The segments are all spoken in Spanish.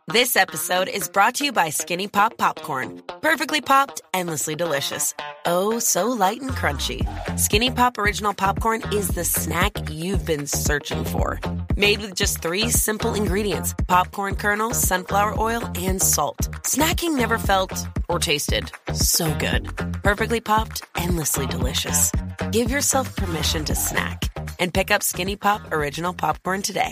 This episode is brought to you by Skinny Pop Popcorn. Perfectly popped, endlessly delicious. Oh, so light and crunchy. Skinny Pop Original Popcorn is the snack you've been searching for. Made with just 3 simple ingredients: popcorn kernels, sunflower oil, and salt. Snacking never felt or tasted so good. Perfectly popped, endlessly delicious. Give yourself permission to snack and pick up Skinny Pop Original Popcorn today.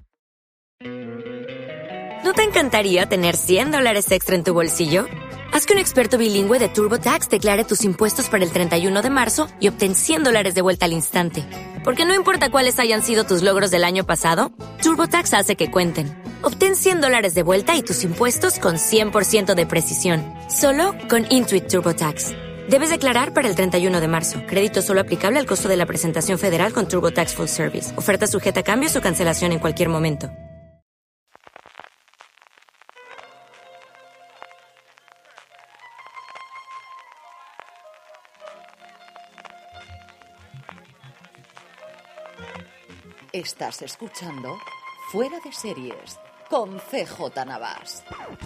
¿No te encantaría tener $100 extra en tu bolsillo? Haz que un experto bilingüe de TurboTax declare tus impuestos para el 31 de marzo y obtén $100 de vuelta al instante. Porque no importa cuáles hayan sido tus logros del año pasado, TurboTax hace que cuenten. Obtén $100 de vuelta y tus impuestos con 100% de precisión. Solo con Intuit TurboTax. Debes declarar para el 31 de marzo. Crédito solo aplicable al costo de la presentación federal con TurboTax Full Service. Oferta sujeta a cambios o cancelación en cualquier momento. Estás escuchando Fuera de Series con CJ Navas.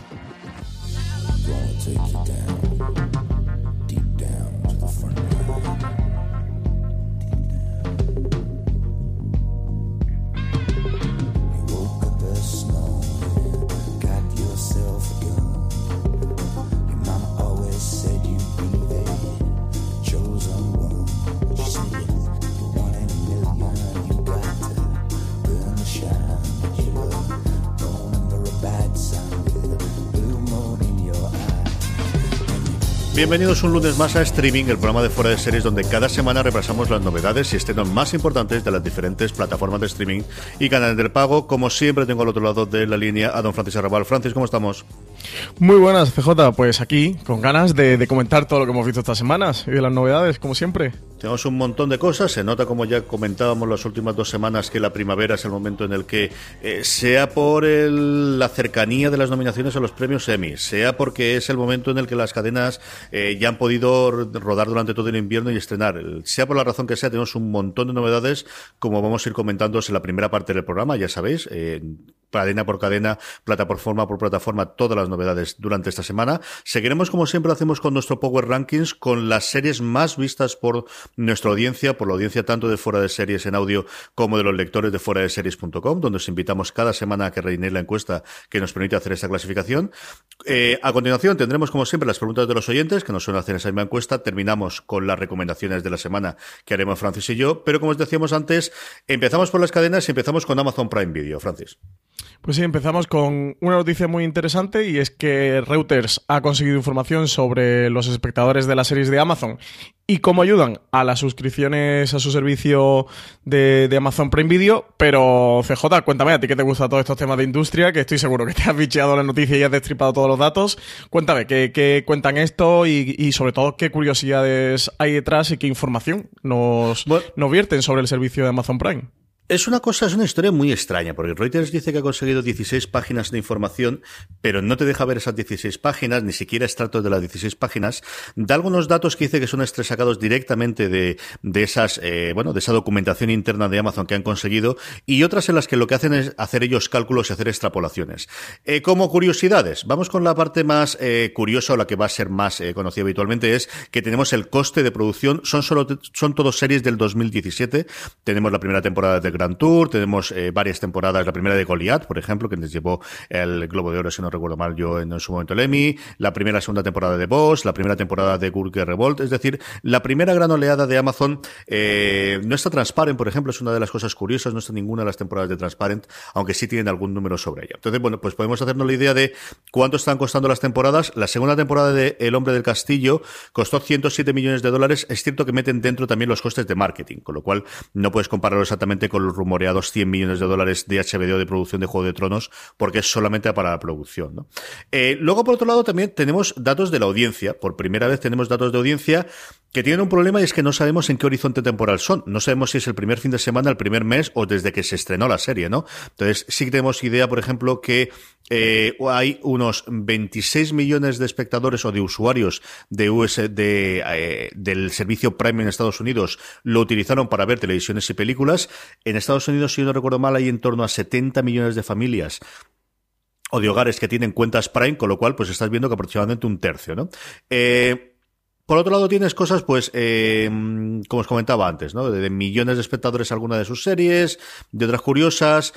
Bienvenidos un lunes más a Streaming, el programa de Fuera de Series donde cada semana repasamos las novedades y estrenos más importantes de las diferentes plataformas de streaming y canales del pago. Como siempre tengo al otro lado de la línea a don Francis Arrabal. Francis, ¿cómo estamos? Muy buenas, CJ, pues aquí con ganas de comentar todo lo que hemos visto estas semanas y de las novedades, como siempre. Tenemos un montón de cosas. Se nota, como ya comentábamos las últimas 2 semanas, que la primavera es el momento en el que, sea por la cercanía de las nominaciones a los premios Emmy, sea porque es el momento en el que las cadenas ya han podido rodar durante todo el invierno y estrenar, sea por la razón que sea, tenemos un montón de novedades, como vamos a ir comentando en la primera parte del programa, ya sabéis, cadena por cadena, plataforma por plataforma, todas las novedades durante esta semana. Seguiremos, como siempre hacemos, con nuestro Power Rankings, con las series más vistas por nuestra audiencia, por la audiencia tanto de Fuera de Series en audio como de los lectores de fueradeseries.com, donde os invitamos cada semana a que rellenéis la encuesta que nos permite hacer esta clasificación. A continuación tendremos, como siempre, las preguntas de los oyentes que nos suelen hacer esa misma encuesta. Terminamos con las recomendaciones de la semana que haremos Francis y yo, pero como os decíamos antes, empezamos por las cadenas y empezamos con Amazon Prime Video. Francis. Pues sí, empezamos con una noticia muy interesante, y es que Reuters ha conseguido información sobre los espectadores de las series de Amazon y cómo ayudan a las suscripciones a su servicio de Amazon Prime Video. Pero CJ, cuéntame, a ti que te gustan todos estos temas de industria, que estoy seguro que te has bicheado la noticia y has destripado todos los datos. Cuéntame, ¿qué cuentan esto y sobre todo qué curiosidades hay detrás y qué información nos vierten sobre el servicio de Amazon Prime? Es una historia muy extraña, porque Reuters dice que ha conseguido 16 páginas de información, pero no te deja ver esas 16 páginas, ni siquiera extractos de las 16 páginas. Da algunos datos que dice que son sacados directamente de esas, de esa documentación interna de Amazon que han conseguido, y otras en las que lo que hacen es hacer ellos cálculos y hacer extrapolaciones. Como curiosidades, vamos con la parte más curiosa, o la que va a ser más conocida habitualmente, es que tenemos el coste de producción. Son todos series del 2017. Tenemos la primera temporada de Grand Tour, tenemos varias temporadas, la primera de Goliath, por ejemplo, que les llevó el Globo de Oro, si no recuerdo mal yo, en su momento el Emmy, la primera y segunda temporada de Boss, la primera temporada de Gurke Revolt. Es decir, la primera gran oleada de Amazon. No está Transparent, por ejemplo, es una de las cosas curiosas, no está ninguna de las temporadas de Transparent, aunque sí tienen algún número sobre ella. Entonces, bueno, pues podemos hacernos la idea de cuánto están costando las temporadas. La segunda temporada de El Hombre del Castillo costó $107 millones. Es cierto que meten dentro también los costes de marketing, con lo cual no puedes compararlo exactamente con los rumoreados $100 millones de HBO de producción de Juego de Tronos, porque es solamente para la producción, ¿no? Luego, por otro lado, también tenemos datos de la audiencia. Por primera vez tenemos datos de audiencia que tienen un problema, y es que no sabemos en qué horizonte temporal son. No sabemos si es el primer fin de semana, el primer mes o desde que se estrenó la serie, ¿no? Entonces, sí que tenemos idea, por ejemplo, que hay unos 26 millones de espectadores o de usuarios del servicio Prime en Estados Unidos lo utilizaron para ver televisiones y películas. En Estados Unidos, si yo no recuerdo mal, hay en torno a 70 millones de familias o de hogares que tienen cuentas Prime, con lo cual pues estás viendo que aproximadamente un tercio, ¿no? Por otro lado tienes cosas, pues, como os comentaba antes, ¿no? De millones de espectadores alguna de sus series, de otras curiosas,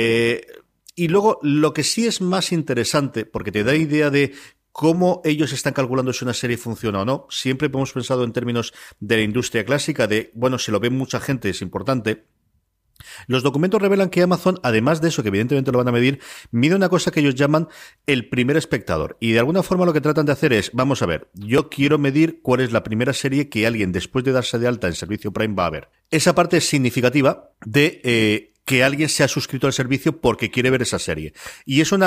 y luego lo que sí es más interesante, porque te da idea de cómo ellos están calculando si una serie funciona o no. Siempre hemos pensado en términos de la industria clásica, de, bueno, si lo ve mucha gente es importante. Los documentos revelan que Amazon, además de eso, que evidentemente lo van a medir, mide una cosa que ellos llaman el primer espectador. Y de alguna forma lo que tratan de hacer es, vamos a ver, yo quiero medir cuál es la primera serie que alguien después de darse de alta en servicio Prime va a ver. Esa parte es significativa de que alguien se ha suscrito al servicio porque quiere ver esa serie. Y es un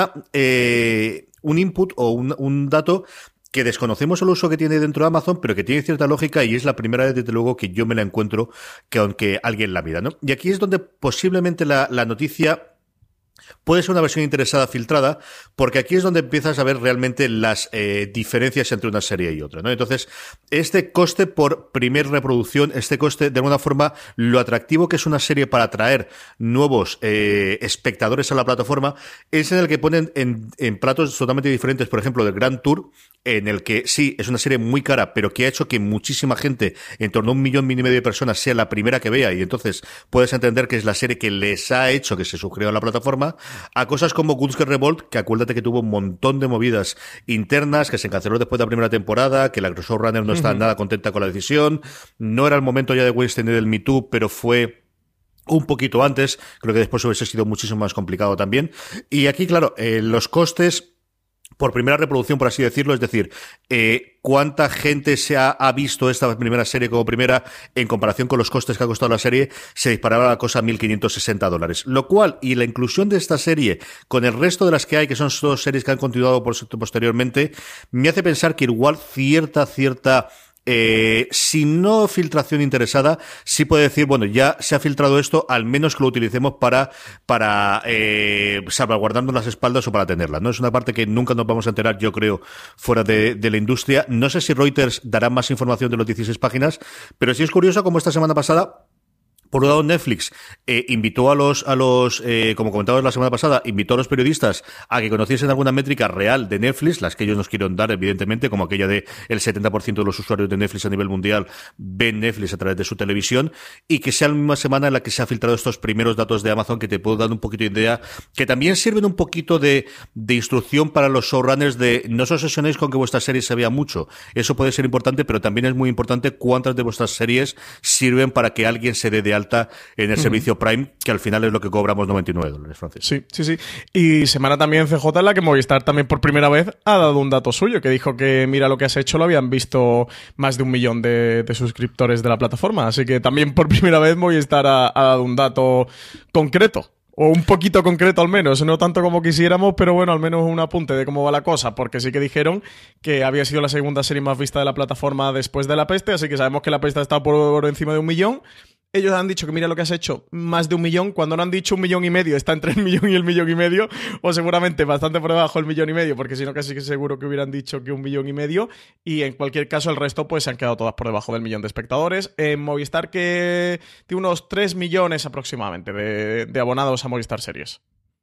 input o un dato que desconocemos el uso que tiene dentro de Amazon, pero que tiene cierta lógica y es la primera vez, desde luego, que yo me la encuentro que aunque alguien la mida, ¿no? Y aquí es donde posiblemente la noticia puede ser una versión interesada filtrada, porque aquí es donde empiezas a ver realmente las diferencias entre una serie y otra, ¿no? Entonces, este coste por primer reproducción, este coste, de alguna forma, lo atractivo que es una serie para atraer nuevos espectadores a la plataforma, es en el que ponen en platos totalmente diferentes, por ejemplo, del Grand Tour, en el que sí, es una serie muy cara, pero que ha hecho que muchísima gente, en torno a 1,5 millones de personas, sea la primera que vea, y entonces puedes entender que es la serie que les ha hecho que se suscriban a la plataforma, a cosas como Good Girl Revolt, que acuérdate que tuvo un montón de movidas internas, que se canceló después de la primera temporada, que la showrunner no está nada contenta con la decisión, no era el momento ya de Weinstein y del Me Too, pero fue un poquito antes, creo que después hubiese sido muchísimo más complicado también, y aquí, claro, los costes por primera reproducción, por así decirlo, es decir, cuánta gente ha visto esta primera serie como primera en comparación con los costes que ha costado la serie, se disparaba la cosa a $1.560. Lo cual, y la inclusión de esta serie con el resto de las que hay, que son dos series que han continuado posteriormente, me hace pensar que igual cierta si no filtración interesada, sí puede decir, bueno, ya se ha filtrado esto, al menos que lo utilicemos para salvaguardarnos las espaldas o para tenerlas, ¿no? Es una parte que nunca nos vamos a enterar, yo creo, fuera de la industria. No sé si Reuters dará más información de los 16 páginas, pero sí es curioso como esta semana pasada, por un lado, Netflix invitó a los como comentábamos la semana pasada, invitó a los periodistas a que conociesen alguna métrica real de Netflix, las que ellos nos quieren dar, evidentemente, como aquella de el 70% de los usuarios de Netflix a nivel mundial ven Netflix a través de su televisión, y que sea la misma semana en la que se ha filtrado estos primeros datos de Amazon, que te puedo dar un poquito de idea, que también sirven un poquito de instrucción para los showrunners de no os obsesionéis con que vuestra serie se vea mucho. Eso puede ser importante, pero también es muy importante cuántas de vuestras series sirven para que alguien se dé de alta en el servicio Prime, que al final es lo que cobramos $99, Francis. Sí. Y semana también CJ en la que Movistar también por primera vez ha dado un dato suyo, que dijo que mira lo que has hecho, lo habían visto más de 1 millón de suscriptores de la plataforma. Así que también por primera vez Movistar ha dado un dato concreto. O un poquito concreto al menos, no tanto como quisiéramos, pero bueno, al menos un apunte de cómo va la cosa, porque sí que dijeron que había sido la segunda serie más vista de la plataforma después de La Peste, así que sabemos que La Peste está por encima de 1 millón. Ellos han dicho que mira lo que has hecho, más de 1 millón, cuando no han dicho 1,5 millones, está entre el 1 millón y el 1,5 millones, o seguramente bastante por debajo del 1,5 millones, porque si no casi seguro que hubieran dicho que 1,5 millones, y en cualquier caso el resto pues se han quedado todas por debajo del 1 millón de espectadores. En Movistar, que tiene unos 3 millones aproximadamente de abonados a Movistar Series.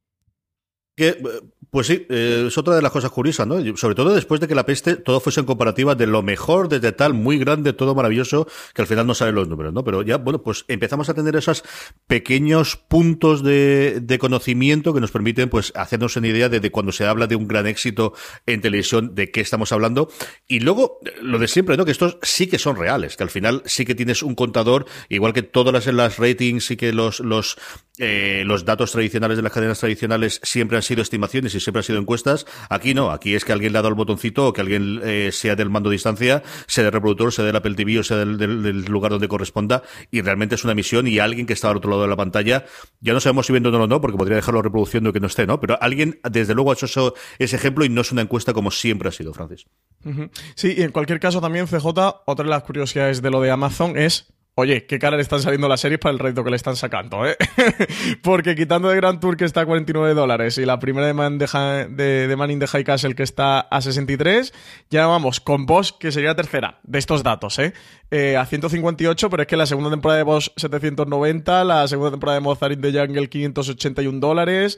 Pues sí, es otra de las cosas curiosas, ¿no? Sobre todo después de que La Peste todo fuese en comparativa de lo mejor, desde tal, muy grande, todo maravilloso, que al final no salen los números, ¿no? Pero ya, bueno, pues empezamos a tener esos pequeños puntos de conocimiento que nos permiten, pues, hacernos una idea de cuando se habla de un gran éxito en televisión, de qué estamos hablando. Y luego, lo de siempre, ¿no? Que estos sí que son reales, que al final sí que tienes un contador, igual que todas las ratings y que los datos tradicionales de las cadenas tradicionales siempre han sido estimaciones y siempre han sido encuestas. Aquí no, aquí es que alguien le ha dado el botoncito, o que alguien sea del mando a distancia, sea del reproductor, sea del Apple TV o sea del lugar donde corresponda, y realmente es una emisión, y alguien que está al otro lado de la pantalla, ya no sabemos si viendo o no, porque podría dejarlo reproduciendo que no esté, ¿no? Pero alguien desde luego ha hecho ese ejemplo, y no es una encuesta como siempre ha sido, Francis. Sí, y en cualquier caso también, CJ, otra de las curiosidades de lo de Amazon es: oye, qué cara le están saliendo las series para el rédito que le están sacando, ¿eh? Porque quitando de Grand Tour, que está a $49, y la primera de Man in the High Castle, que está a 63, ya vamos con Bosch, que sería la tercera de estos datos, a 158, pero es que la segunda temporada de Bosch 790, la segunda temporada de Mozart in the Jungle $581,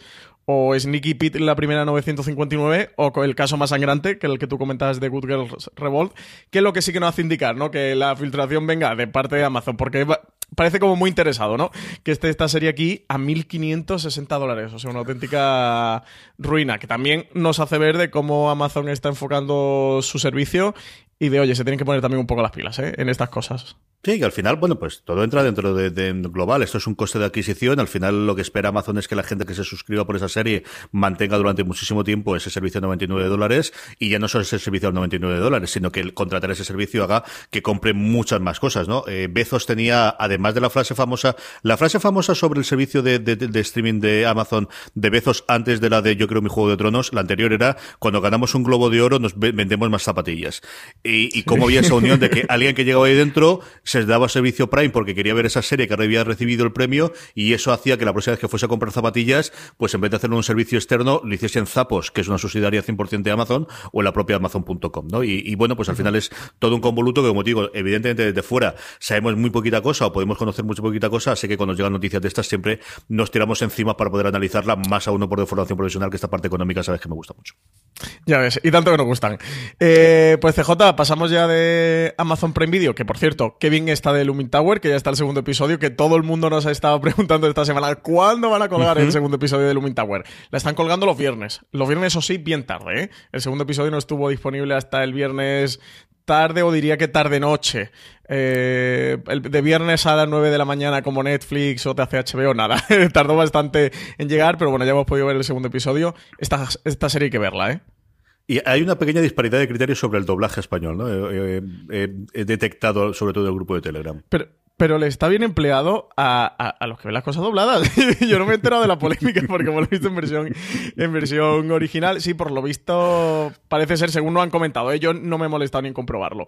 o Sneaky Pete la primera 959, o el caso más sangrante, que el que tú comentabas de Good Girls Revolt, que es lo que sí que nos hace indicar, ¿no? Que la filtración venga de parte de Amazon, porque parece como muy interesado, ¿no? Que esté esta serie aquí a $1.560, o sea, una auténtica ruina, que también nos hace ver de cómo Amazon está enfocando su servicio y de, oye, se tienen que poner también un poco las pilas, en estas cosas. Sí, que al final, bueno, pues todo entra dentro de global. Esto es un coste de adquisición. Al final lo que espera Amazon es que la gente que se suscriba por esa serie mantenga durante muchísimo tiempo ese servicio de $99 y ya no solo ese servicio de $99, sino que el contratar ese servicio haga que compre muchas más cosas, ¿no? Bezos tenía, además de la frase famosa sobre el servicio de streaming de Amazon de Bezos antes de la de Yo creo mi Juego de Tronos, la anterior era cuando ganamos un Globo de Oro nos vendemos más zapatillas. Y cómo había esa unión de que alguien que llegaba ahí dentro se daba servicio Prime porque quería ver esa serie que había recibido el premio y eso hacía que la próxima vez que fuese a comprar zapatillas, pues en vez de hacerlo en un servicio externo, lo hiciese en Zappos, que es una subsidiaria 100% de Amazon, o en la propia Amazon.com, ¿no? Y bueno, pues al final es todo un convoluto que, como digo, evidentemente desde fuera sabemos muy poquita cosa o podemos conocer muy poquita cosa, así que cuando nos llegan noticias de estas siempre nos tiramos encima para poder analizarla, más a uno por formación profesional, que esta parte económica sabes que me gusta mucho. Ya ves, y tanto que nos gustan. Pues CJ, pasamos ya de Amazon Prime Video, que por cierto, qué bien está de Looming Tower, que ya está el segundo episodio, que todo el mundo nos ha estado preguntando esta semana ¿cuándo van a colgar el segundo episodio de Looming Tower? La están colgando los viernes, eso sí, bien tarde, ¿eh? El segundo episodio no estuvo disponible hasta el viernes tarde, o diría que tarde-noche. De viernes a las 9 de la mañana como Netflix o TCHB, nada. Tardó bastante en llegar, pero bueno, ya hemos podido ver el segundo episodio. Esta serie hay que verla, ¿eh? Y hay una pequeña disparidad de criterios sobre el doblaje español, ¿no? He detectado, sobre todo en el grupo de Telegram. Pero le está bien empleado a los que ven las cosas dobladas. Yo no me he enterado de la polémica porque como lo he visto en versión original. Sí, por lo visto parece ser, según nos han comentado, yo no me he molestado ni en comprobarlo,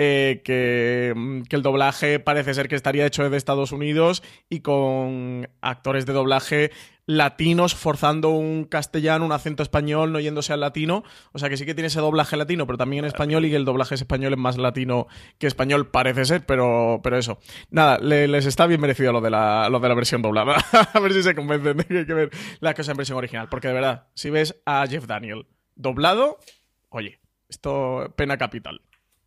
que el doblaje parece ser que estaría hecho desde Estados Unidos y con actores de doblaje latinos forzando un castellano, un acento español, no yéndose al latino. O sea que sí que tiene ese doblaje latino, pero también en español, y que el doblaje español es más latino que español, parece ser, pero eso. Nada, les está bien merecido lo de la versión doblada. A ver si se convencen de que hay que ver las cosas en versión original. Porque de verdad, si ves a Jeff Daniel doblado, oye, esto pena capital.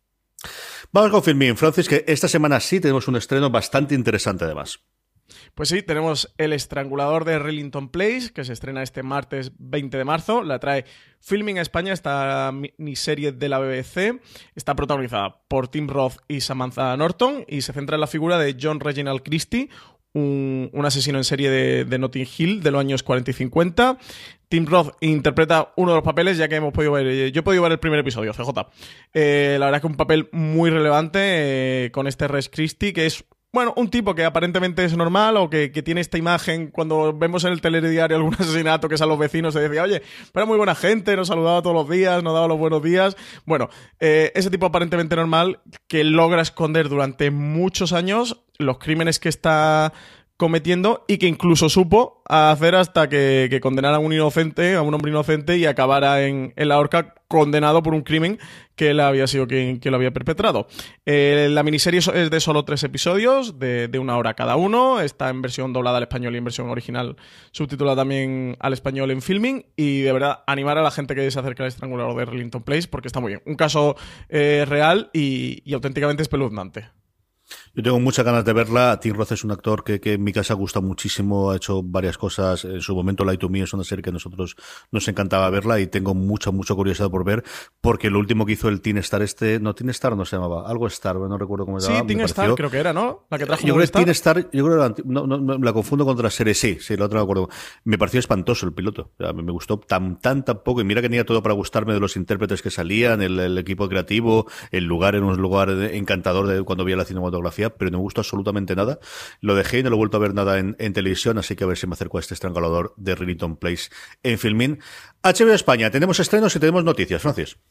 Vamos con Filmin, Francis, que esta semana sí tenemos un estreno bastante interesante además. Pues sí, tenemos El Estrangulador de Rillington Place, que se estrena este martes 20 de marzo. La trae Filming España, esta miniserie de la BBC. Está protagonizada por Tim Roth y Samantha Norton y se centra en la figura de John Reginald Christie, un asesino en serie de Notting Hill de los años 40 y 50. Tim Roth interpreta uno de los papeles, ya que hemos podido ver, yo he podido ver el primer episodio, CJ. La verdad es que un papel muy relevante con este Rex Christie, que es, bueno, un tipo que aparentemente es normal o que tiene esta imagen. Cuando vemos en el telediario algún asesinato que es a los vecinos, se decía, oye, pero era muy buena gente, nos saludaba todos los días, nos daba los buenos días. Bueno, ese tipo aparentemente normal que logra esconder durante muchos años los crímenes que está cometiendo y que incluso supo hacer hasta que condenara a un hombre inocente y acabara en la horca condenado por un crimen que él había sido quien lo había perpetrado. La miniserie es de solo 3 episodios, de 1 hora cada uno. Está en versión doblada al español y en versión original subtitulada también al español en Filming. Y de verdad, animar a la gente que se acerque al Estrangulador de Rillington Place porque está muy bien. Un caso real y auténticamente espeluznante. Yo tengo muchas ganas de verla. Tim Roth es un actor que en mi casa gusta muchísimo, ha hecho varias cosas. En su momento Lie to Me es una serie que a nosotros nos encantaba verla y tengo mucha curiosidad por ver, porque lo último que hizo el Teen Star no Teen Star no se llamaba, algo Star, no recuerdo cómo se llamaba. Sí, Teen Star creo que era, ¿no? La que trajo yo creo que Teen Star, yo creo que no, la confundo con otra serie, sí, la otra me acuerdo. Me pareció espantoso el piloto, o sea, me gustó tan poco, y mira que tenía todo para gustarme de los intérpretes que salían, el equipo creativo, el lugar era un lugar encantador de cuando veía la cinematografía, pero no me gustó absolutamente nada. Lo dejé y no lo he vuelto a ver nada en televisión, así que a ver si me acerco a este Estrangulador de Rillington Place en Filmin. HBO España, tenemos estrenos y tenemos noticias, Francis.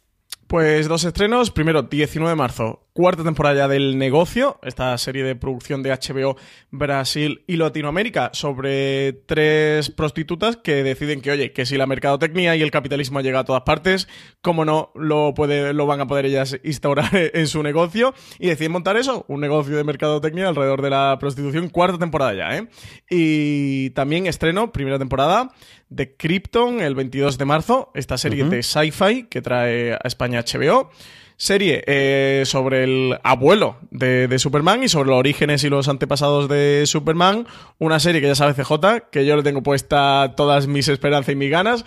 Pues dos estrenos. Primero, 19 de marzo, cuarta temporada ya del Negocio, esta serie de producción de HBO Brasil y Latinoamérica sobre 3 prostitutas que deciden que, oye, que si la mercadotecnia y el capitalismo llega a todas partes, cómo no lo van a poder ellas instaurar en su negocio, y deciden montar eso, un negocio de mercadotecnia alrededor de la prostitución. Cuarta temporada ya, ¿eh? Y también estreno, primera temporada de Krypton, el 22 de marzo, esta serie de sci-fi que trae a España HBO. Serie sobre el abuelo de Superman y sobre los orígenes y los antepasados de Superman. Una serie que ya sabe CJ, que yo le tengo puesta todas mis esperanzas y mis ganas.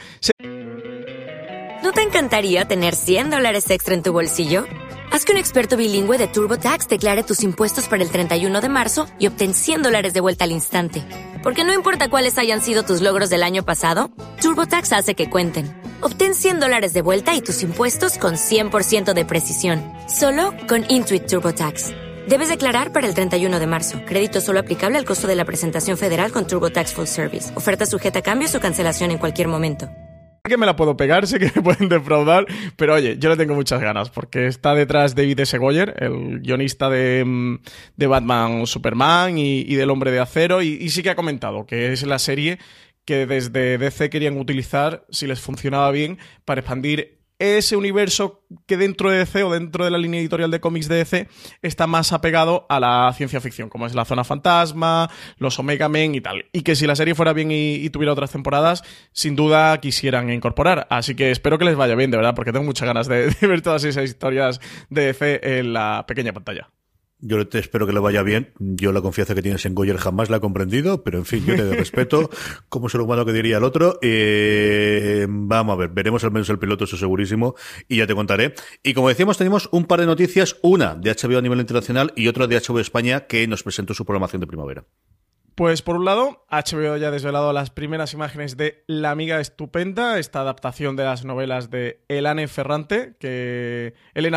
¿No te encantaría tener $100 extra en tu bolsillo? Haz que un experto bilingüe de TurboTax declare tus impuestos para el 31 de marzo y obtén $100 de vuelta al instante. Porque no importa cuáles hayan sido tus logros del año pasado, TurboTax hace que cuenten. Obtén $100 de vuelta y tus impuestos con 100% de precisión. Solo con Intuit TurboTax. Debes declarar para el 31 de marzo. Crédito solo aplicable al costo de la presentación federal con TurboTax Full Service. Oferta sujeta a cambios o cancelación en cualquier momento. Que me la puedo pegar, sé que me pueden defraudar, pero oye, yo le tengo muchas ganas, porque está detrás David S. Goyer, el guionista de Batman, Superman y del Hombre de Acero, y sí que ha comentado que es la serie que desde DC querían utilizar, si les funcionaba bien, para expandir ese universo que dentro de DC o dentro de la línea editorial de cómics de DC está más apegado a la ciencia ficción, como es la Zona Fantasma, los Omega Men y tal. Y que si la serie fuera bien y tuviera otras temporadas, sin duda quisieran incorporar. Así que espero que les vaya bien, de verdad, porque tengo muchas ganas de ver todas esas historias de DC en la pequeña pantalla. Yo te espero que le vaya bien. Yo la confianza que tienes en Goyer jamás la he comprendido, pero en fin, yo te respeto como ser humano que diría el otro. Vamos a ver, veremos al menos el piloto, eso segurísimo, y ya te contaré. Y como decíamos, tenemos un par de noticias, una de HBO a nivel internacional y otra de HBO España, que nos presentó su programación de primavera. Pues por un lado, HBO ya ha desvelado las primeras imágenes de La Amiga Estupenda, esta adaptación de las novelas de Elena Ferrante, que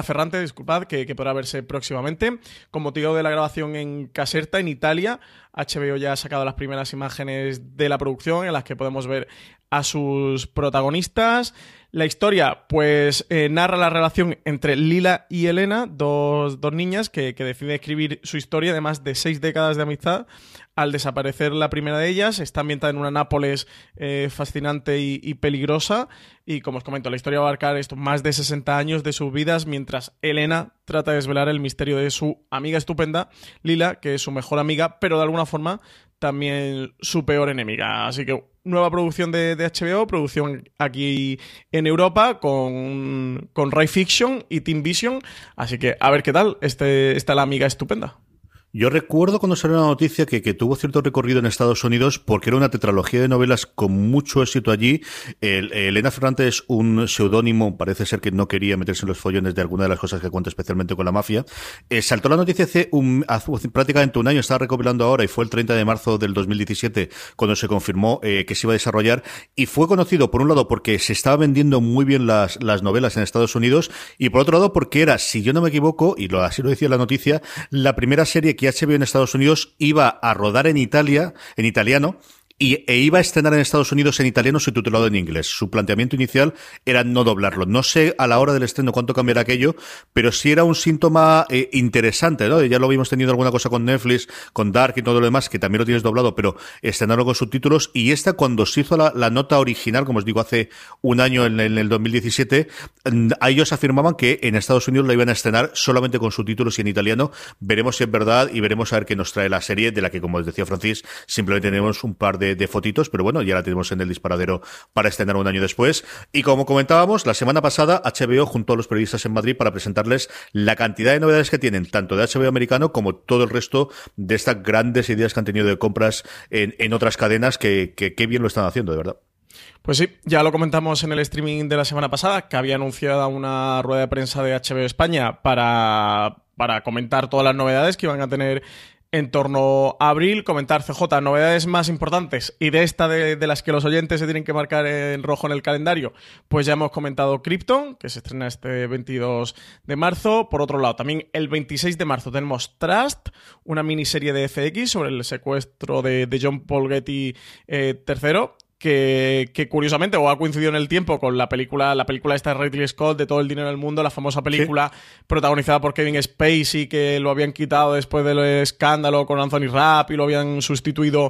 podrá verse próximamente. Con motivo de la grabación en Caserta, en Italia, HBO ya ha sacado las primeras imágenes de la producción en las que podemos ver a sus protagonistas. La historia, pues, narra la relación entre Lila y Elena, dos niñas que deciden escribir su historia de más de 6 décadas de amistad al desaparecer la primera de ellas. Está ambientada en una Nápoles fascinante y peligrosa, y como os comento, la historia va a abarcar estos más de 60 años de sus vidas mientras Elena trata de desvelar el misterio de su amiga estupenda, Lila, que es su mejor amiga, pero de alguna forma también su peor enemiga. Así que nueva producción de HBO, producción aquí en Europa con Rai Fiction y Team Vision. Así que a ver qué tal está La Amiga Estupenda. Yo recuerdo cuando salió la noticia que tuvo cierto recorrido en Estados Unidos porque era una tetralogía de novelas con mucho éxito allí. Elena Ferrante es un seudónimo, parece ser que no quería meterse en los follones de alguna de las cosas que cuenta, especialmente con la mafia. Saltó la noticia hace prácticamente un año, estaba recopilando ahora, y fue el 30 de marzo del 2017 cuando se confirmó que se iba a desarrollar, y fue conocido por un lado porque se estaba vendiendo muy bien las novelas en Estados Unidos, y por otro lado porque era, si yo no me equivoco, y así lo decía la noticia, la primera serie que HBO en Estados Unidos iba a rodar en italiano, e iba a estrenar en Estados Unidos en italiano subtitulado en inglés. Su planteamiento inicial era no doblarlo. No sé a la hora del estreno cuánto cambiará aquello, pero sí era un síntoma interesante, ¿no? Ya lo habíamos tenido alguna cosa con Netflix, con Dark y todo lo demás, que también lo tienes doblado, pero estrenarlo con subtítulos. Y esta, cuando se hizo la nota original, como os digo, hace un año, en el 2017, a ellos afirmaban que en Estados Unidos la iban a estrenar solamente con subtítulos y en italiano. Veremos si es verdad y veremos a ver qué nos trae la serie, de la que, como os decía Francis, simplemente tenemos un par de fotitos, pero bueno, ya la tenemos en el disparadero para estrenar un año después. Y como comentábamos, la semana pasada HBO juntó a los periodistas en Madrid para presentarles la cantidad de novedades que tienen, tanto de HBO americano como todo el resto de estas grandes ideas que han tenido de compras en otras cadenas, que bien lo están haciendo, de verdad. Pues sí, ya lo comentamos en el streaming de la semana pasada, que había anunciado una rueda de prensa de HBO España para comentar todas las novedades que iban a tener en torno a abril. Comentar, CJ, novedades más importantes, y de esta de las que los oyentes se tienen que marcar en rojo en el calendario, pues ya hemos comentado Krypton, que se estrena este 22 de marzo. Por otro lado, también el 26 de marzo tenemos Trust, una miniserie de FX sobre el secuestro de John Paul Getty III. que curiosamente o ha coincidido en el tiempo con la película esta de Ridley Scott de Todo el dinero del mundo, la famosa película protagonizada por Kevin Spacey, que lo habían quitado después del escándalo con Anthony Rapp y lo habían sustituido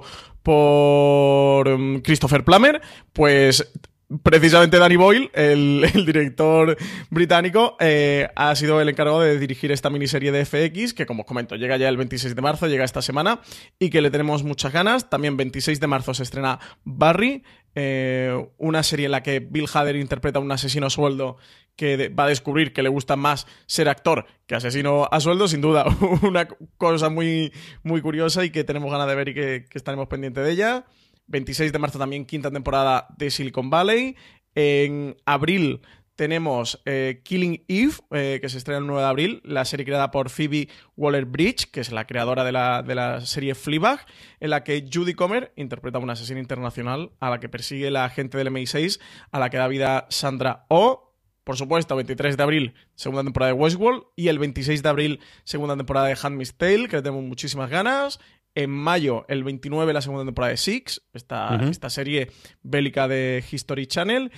por Christopher Plummer. Pues precisamente Danny Boyle, el director británico, ha sido el encargado de dirigir esta miniserie de FX, que como os comento, llega ya el 26 de marzo, llega esta semana, y que le tenemos muchas ganas. También 26 de marzo se estrena Barry, una serie en la que Bill Hader interpreta a un asesino a sueldo que va a descubrir que le gusta más ser actor que asesino a sueldo. Sin duda, una cosa muy, muy curiosa y que tenemos ganas de ver y que estaremos pendientes de ella. 26 de marzo también quinta temporada de Silicon Valley. En abril tenemos Killing Eve, que se estrena el 9 de abril, la serie creada por Phoebe Waller-Bridge, que es la creadora de la serie Fleabag, en la que Judy Comer interpreta a una asesina internacional a la que persigue la agente del MI6, a la que da vida Sandra Oh. Por supuesto, 23 de abril, segunda temporada de Westworld, y el 26 de abril, segunda temporada de Handmaid's Tale, que le tenemos muchísimas ganas. En mayo, el 29, la segunda temporada de Six, esta serie bélica de History Channel.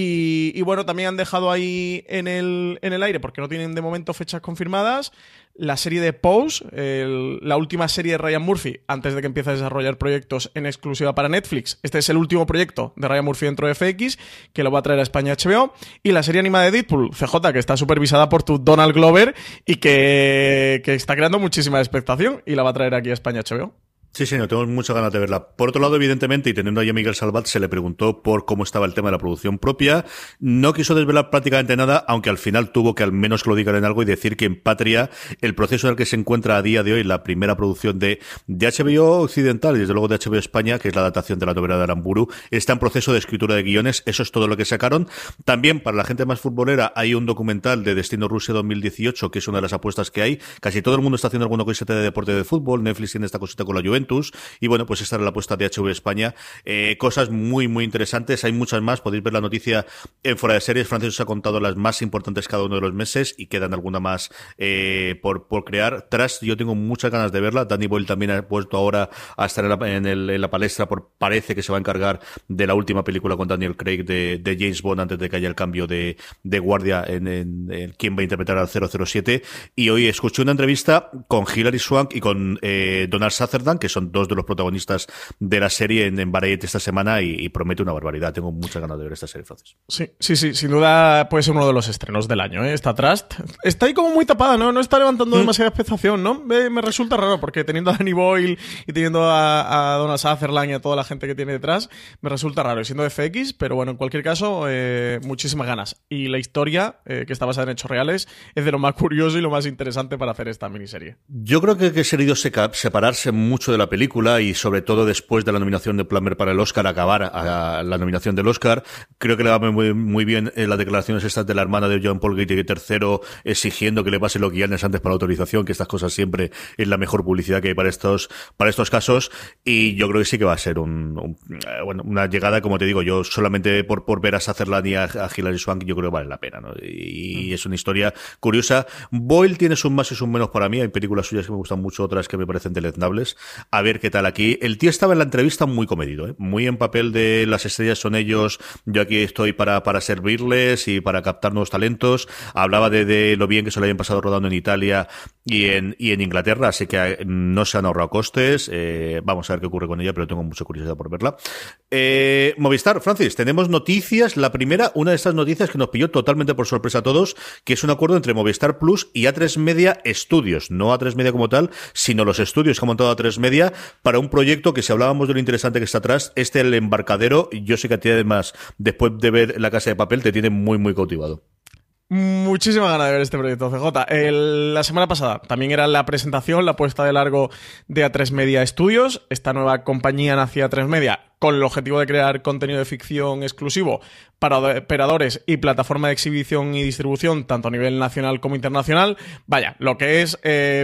Y bueno, también han dejado ahí en el aire, porque no tienen de momento fechas confirmadas, la serie de Pose, la última serie de Ryan Murphy, antes de que empiece a desarrollar proyectos en exclusiva para Netflix. Este es el último proyecto de Ryan Murphy dentro de FX, que lo va a traer a España HBO. Y la serie animada de Deadpool, CJ, que está supervisada por tu Donald Glover y que está creando muchísima expectación, y la va a traer aquí a España HBO. Sí, señor, tengo muchas ganas de verla. Por otro lado, evidentemente, y teniendo ahí a Miguel Salvat, se le preguntó por cómo estaba el tema de la producción propia. No quiso desvelar prácticamente nada, aunque al final tuvo que al menos que lo digan en algo y decir que en Patria, el proceso en el que se encuentra a día de hoy la primera producción de HBO Occidental y desde luego de HBO España, que es la adaptación de la novela de Aramburu, está en proceso de escritura de guiones. Eso es todo lo que sacaron. También, para la gente más futbolera, hay un documental de Destino Rusia 2018, que es una de las apuestas que hay. Casi todo el mundo está haciendo alguna cosita de deporte de fútbol. Netflix tiene esta cosita con la Juventus. Y bueno, pues esta era la apuesta de HBO España. Cosas muy, muy interesantes. Hay muchas más. Podéis ver la noticia en Fuera de Series. Francis os ha contado las más importantes cada uno de los meses y quedan alguna más por crear. Trust, yo tengo muchas ganas de verla. Danny Boyle también ha puesto ahora a estar en la palestra. Parece que se va a encargar de la última película con Daniel Craig de James Bond antes de que haya el cambio de guardia en quién va a interpretar al 007. Y hoy escuché una entrevista con Hilary Swank y con Donald Sutherland, que son dos de los protagonistas de la serie en Variety esta semana y promete una barbaridad. Tengo muchas ganas de ver esta serie, Francis. Sí, sin duda puede ser uno de los estrenos del año, ¿eh? Esta Trust. Está ahí como muy tapada, ¿no? No está levantando demasiada expectación, ¿no? Me resulta raro, porque teniendo a Danny Boyle y teniendo a Donald Sutherland y a toda la gente que tiene detrás, me resulta raro, y siendo de FX, pero bueno, en cualquier caso, muchísimas ganas. Y la historia, que está basada en hechos reales, es de lo más curioso y lo más interesante para hacer esta miniserie. Yo creo que se debió separarse mucho de la película y sobre todo después de la nominación de Plummer para el Oscar, acabar a la nominación del Oscar. Creo que le va muy, muy bien las declaraciones estas de la hermana de John Paul Getty III exigiendo que le pasen los guiones antes para la autorización, que estas cosas siempre es la mejor publicidad que hay para estos casos, y yo creo que sí que va a ser una llegada, como te digo, yo solamente por ver a Sutherland y a Hilary Swank yo creo que vale la pena, ¿no? Y es una historia curiosa. Boyle tiene sus más y sus menos para mí, hay películas suyas que me gustan mucho, otras que me parecen deleznables. A ver qué tal aquí. El tío estaba en la entrevista muy comedido, ¿eh? Muy en papel de las estrellas son ellos, yo aquí estoy para servirles y para captar nuevos talentos. Hablaba de lo bien que se lo habían pasado rodando en Italia y en Inglaterra, así que no se han ahorrado costes. Vamos a ver qué ocurre con ella, pero tengo mucha curiosidad por verla. Movistar, Francis, tenemos noticias. La primera, una de estas noticias que nos pilló totalmente por sorpresa a todos, que es un acuerdo entre Movistar Plus y A3 Media Studios, no A3 Media como tal, sino los estudios que ha montado A3 Media para un proyecto que, si hablábamos de lo interesante que está atrás, El Embarcadero, yo sé que a ti además, después de ver La Casa de Papel, te tiene muy, muy cautivado. Muchísima ganas de ver este proyecto, CJ. La semana pasada también era la presentación, la puesta de largo de A3 Media Studios, esta nueva compañía nacida A3 Media con el objetivo de crear contenido de ficción exclusivo para operadores y plataforma de exhibición y distribución, tanto a nivel nacional como internacional. Vaya, lo que es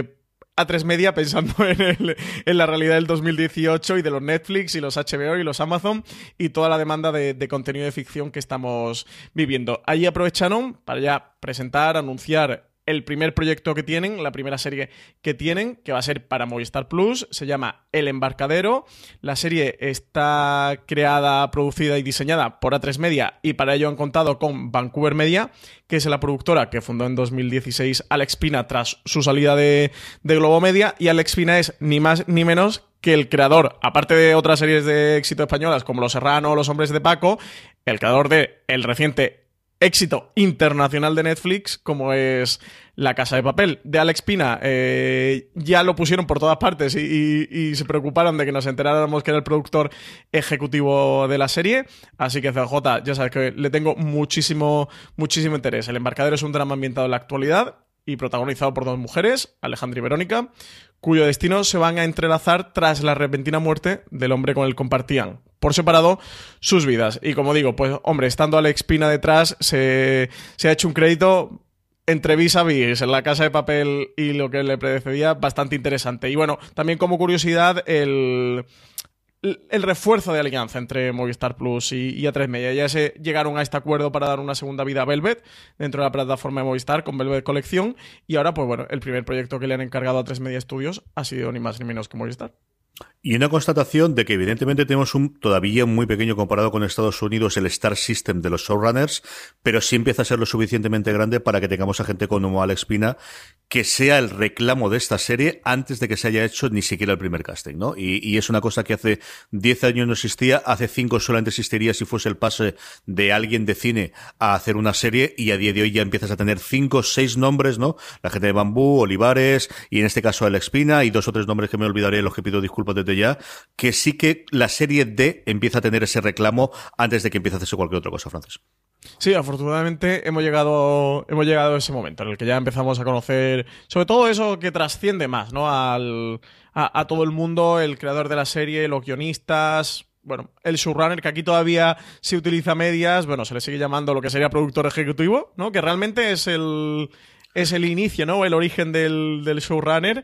A3 Media pensando en la realidad del 2018 y de los Netflix y los HBO y los Amazon y toda la demanda de contenido de ficción que estamos viviendo. Ahí aprovecharon para ya presentar, anunciar el primer proyecto que tienen, la primera serie que tienen, que va a ser para Movistar Plus, se llama El Embarcadero. La serie está creada, producida y diseñada por A3 Media, y para ello han contado con Vancouver Media, que es la productora que fundó en 2016 Alex Pina tras su salida de Globo Media, y Alex Pina es ni más ni menos que el creador, aparte de otras series de éxito españolas como Los Serrano o Los Hombres de Paco, el creador de el reciente éxito internacional de Netflix, como es La Casa de Papel. De Alex Pina ya lo pusieron por todas partes y se preocuparon de que nos enteráramos que era el productor ejecutivo de la serie, así que CJ, ya sabes que le tengo muchísimo interés. El Embarcadero es un drama ambientado en la actualidad y protagonizado por dos mujeres, Alejandra y Verónica, cuyo destino se van a entrelazar tras la repentina muerte del hombre con el que compartían por separado sus vidas. Y como digo, pues hombre, estando Alex Pina detrás, se ha hecho un crédito entre vis a vis en La Casa de Papel y lo que le precedía bastante interesante. Y bueno, también como curiosidad, el refuerzo de alianza entre Movistar Plus y A3 Media. Ya se llegaron a este acuerdo para dar una segunda vida a Velvet dentro de la plataforma de Movistar con Velvet Colección, y ahora pues bueno, el primer proyecto que le han encargado a A3 Media Studios ha sido ni más ni menos que Movistar. Y una constatación de que evidentemente tenemos un todavía muy pequeño comparado con Estados Unidos el Star System de los showrunners, pero sí empieza a ser lo suficientemente grande para que tengamos a gente como Alex Pina que sea el reclamo de esta serie antes de que se haya hecho ni siquiera el primer casting, ¿no? Y es una cosa que hace 10 años no existía, hace 5 solamente existiría si fuese el pase de alguien de cine a hacer una serie, y a día de hoy ya empiezas a tener 5 o 6 nombres, ¿no? La gente de Bambú, Olivares, y en este caso Alex Pina, y 2 o 3 nombres que me olvidaré, los que pido disculpas desde ya, que sí que la serie D empieza a tener ese reclamo antes de que empiece a hacerse cualquier otra cosa, Francis. Sí, afortunadamente hemos llegado a ese momento en el que ya empezamos a conocer sobre todo eso que trasciende más, ¿no? A todo el mundo, el creador de la serie, los guionistas, bueno, el showrunner, que aquí todavía se utiliza a medias, bueno, se le sigue llamando lo que sería productor ejecutivo, ¿no? Que realmente es el inicio, ¿no? El origen del showrunner.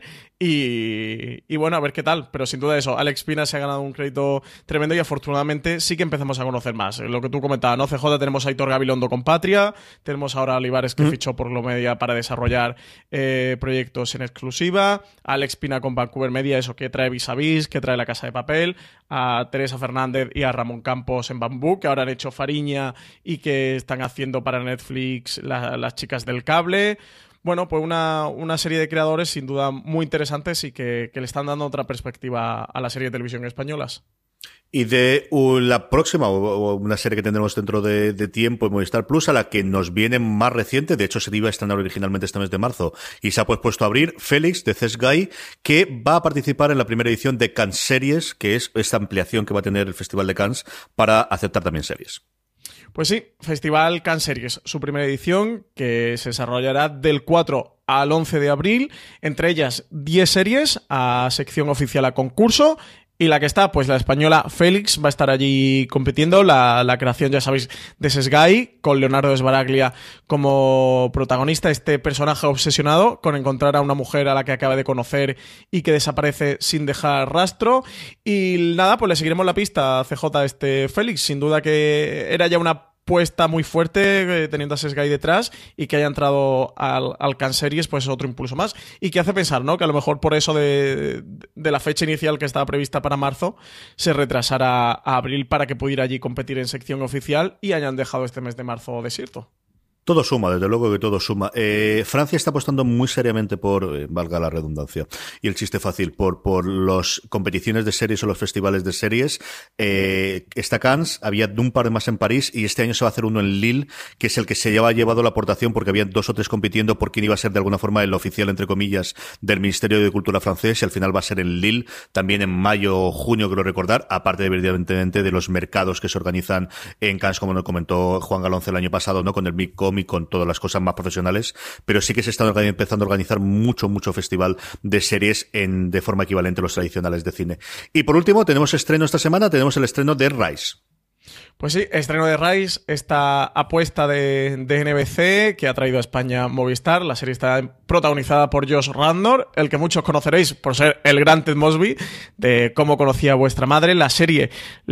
Y bueno, a ver qué tal. Pero sin duda eso, Alex Pina se ha ganado un crédito tremendo y afortunadamente sí que empezamos a conocer más. Lo que tú comentabas, ¿no? CJ, tenemos a Aitor Gabilondo con Patria, tenemos ahora a Olivares que fichó por Globo Media para desarrollar proyectos en exclusiva, a Alex Pina con Vancouver Media, eso que trae Vis a Vis, que trae La Casa de Papel, a Teresa Fernández y a Ramón Campos en Bambú, que ahora han hecho Fariña y que están haciendo para Netflix las chicas del cable. Bueno, pues una serie de creadores sin duda muy interesantes y que le están dando otra perspectiva a la serie de televisión españolas. Y de la próxima, o una serie que tendremos dentro de tiempo en Movistar Plus, a la que nos viene más reciente, de hecho se iba a estrenar originalmente este mes de marzo, y se ha pues puesto a abrir, Félix, de Cesc Gai, que va a participar en la primera edición de Cannes Series, que es esta ampliación que va a tener el Festival de Cannes para aceptar también series. Pues sí, Festival Cannes Series, su primera edición, que se desarrollará del 4 al 11 de abril, entre ellas 10 series a sección oficial a concurso. Y la que está, pues la española Félix va a estar allí compitiendo, la creación, ya sabéis, de Cesc Gai, con Leonardo Sbaraglia como protagonista, este personaje obsesionado con encontrar a una mujer a la que acaba de conocer y que desaparece sin dejar rastro. Y nada, pues le seguiremos la pista a CJ este Félix, sin duda que era ya una puesta muy fuerte teniendo a Cesc Gai detrás, y que haya entrado al Cannes Series, pues otro impulso más, y que hace pensar, ¿no? Que a lo mejor por eso de la fecha inicial que estaba prevista para marzo se retrasara a abril para que pudiera allí competir en sección oficial y hayan dejado este mes de marzo desierto. Todo suma, desde luego que todo suma. Francia está apostando muy seriamente por, valga la redundancia, y el chiste fácil, por las competiciones de series o los festivales de series. Está Cannes, había un par más en París, y este año se va a hacer uno en Lille, que es el que se ha llevado la aportación, porque había 2 o 3 compitiendo por quién iba a ser de alguna forma el oficial, entre comillas, del Ministerio de Cultura francés, y al final va a ser en Lille, también en mayo o junio, creo recordar, aparte evidentemente de los mercados que se organizan en Cannes, como nos comentó Juan Galonce el año pasado, ¿no? Con el Big Com y con todas las cosas más profesionales, pero sí que se está empezando a organizar mucho festival de series de forma equivalente a los tradicionales de cine. Y por último, tenemos estreno esta semana, tenemos el estreno de Rise. Pues sí, estreno de Rise, esta apuesta de NBC que ha traído a España Movistar. La serie está protagonizada por Josh Radnor, el que muchos conoceréis por ser el gran Ted Mosby de Cómo conocía a vuestra madre. La serie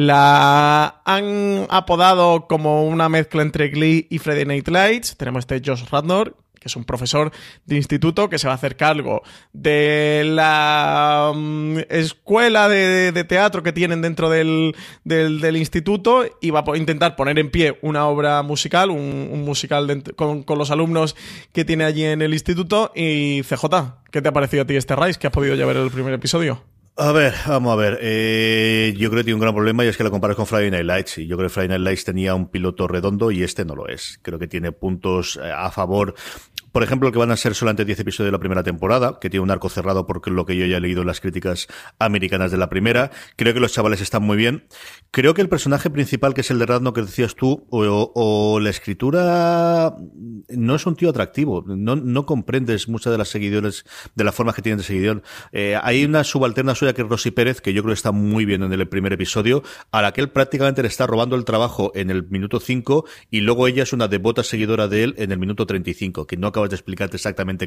la han apodado como una mezcla entre Glee y Friday Night Lights. Tenemos este Josh Radnor, que es un profesor de instituto que se va a hacer cargo de la escuela de teatro que tienen dentro del instituto, y va a intentar poner en pie una obra musical, un musical con los alumnos que tiene allí en el instituto. Y CJ, ¿qué te ha parecido a ti este Rise, que has podido ya ver el primer episodio? A ver, vamos a ver. Yo creo que tiene un gran problema, y es que la comparas con Friday Night Lights. Y yo creo que Friday Night Lights tenía un piloto redondo y este no lo es. Creo que tiene puntos a favor. Por ejemplo, que van a ser solamente 10 episodios de la primera temporada, que tiene un arco cerrado por lo que yo ya he leído en las críticas americanas de la primera. Creo que los chavales están muy bien. Creo que el personaje principal, que es el de Radno, que decías tú, o la escritura, no es un tío atractivo. No comprendes muchas de las seguidores, de la forma que tienen de seguidor. Hay una subalterna suya que es Rosy Pérez, que yo creo que está muy bien en el primer episodio, a la que él prácticamente le está robando el trabajo en el minuto 5, y luego ella es una devota seguidora de él en el minuto 35, que no acabas de explicarte exactamente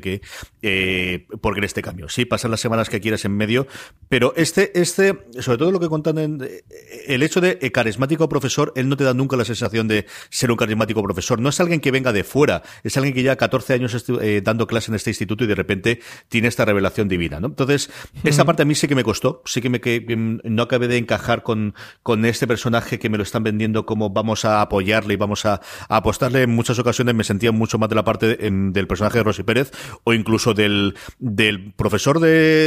por qué este cambio. Sí, pasan las semanas que quieras en medio, pero sobre todo lo que cuentan el hecho de carismático profesor, él no te da nunca la sensación de ser un carismático profesor. No es alguien que venga de fuera, es alguien que lleva 14 años dando clase en este instituto y de repente tiene esta revelación divina, ¿no? Entonces, esa parte a mí sí que me costó, que no acabé de encajar con este personaje que me lo están vendiendo como vamos a apoyarle y vamos a apostarle. En muchas ocasiones me sentía mucho más de la parte del personaje de Rosy Pérez, o incluso del profesor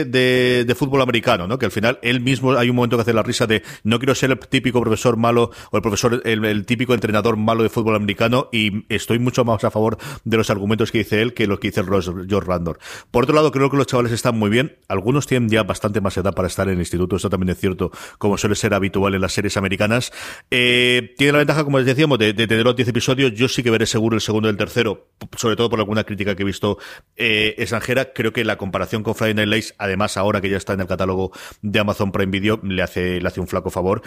de fútbol americano, ¿no? Que al final él mismo, hay un momento que hace la risa de no quiero ser el típico profesor malo o el típico entrenador malo de fútbol americano, y estoy mucho más a favor de los argumentos que dice él que los que dice George Randor. Por otro lado, creo que los chavales están muy bien. Algunos tienen ya bastante más edad para estar en el instituto, esto también es cierto, como suele ser habitual en las series americanas. Tiene la ventaja, como les decíamos, de tener los 10 episodios. Yo sí que veré seguro el segundo y el tercero, sobre todo por alguna crítica que he visto extranjera. Creo que la comparación con Friday Night Lights, además ahora que ya está en el catálogo de Amazon Prime Video, le hace un flaco favor,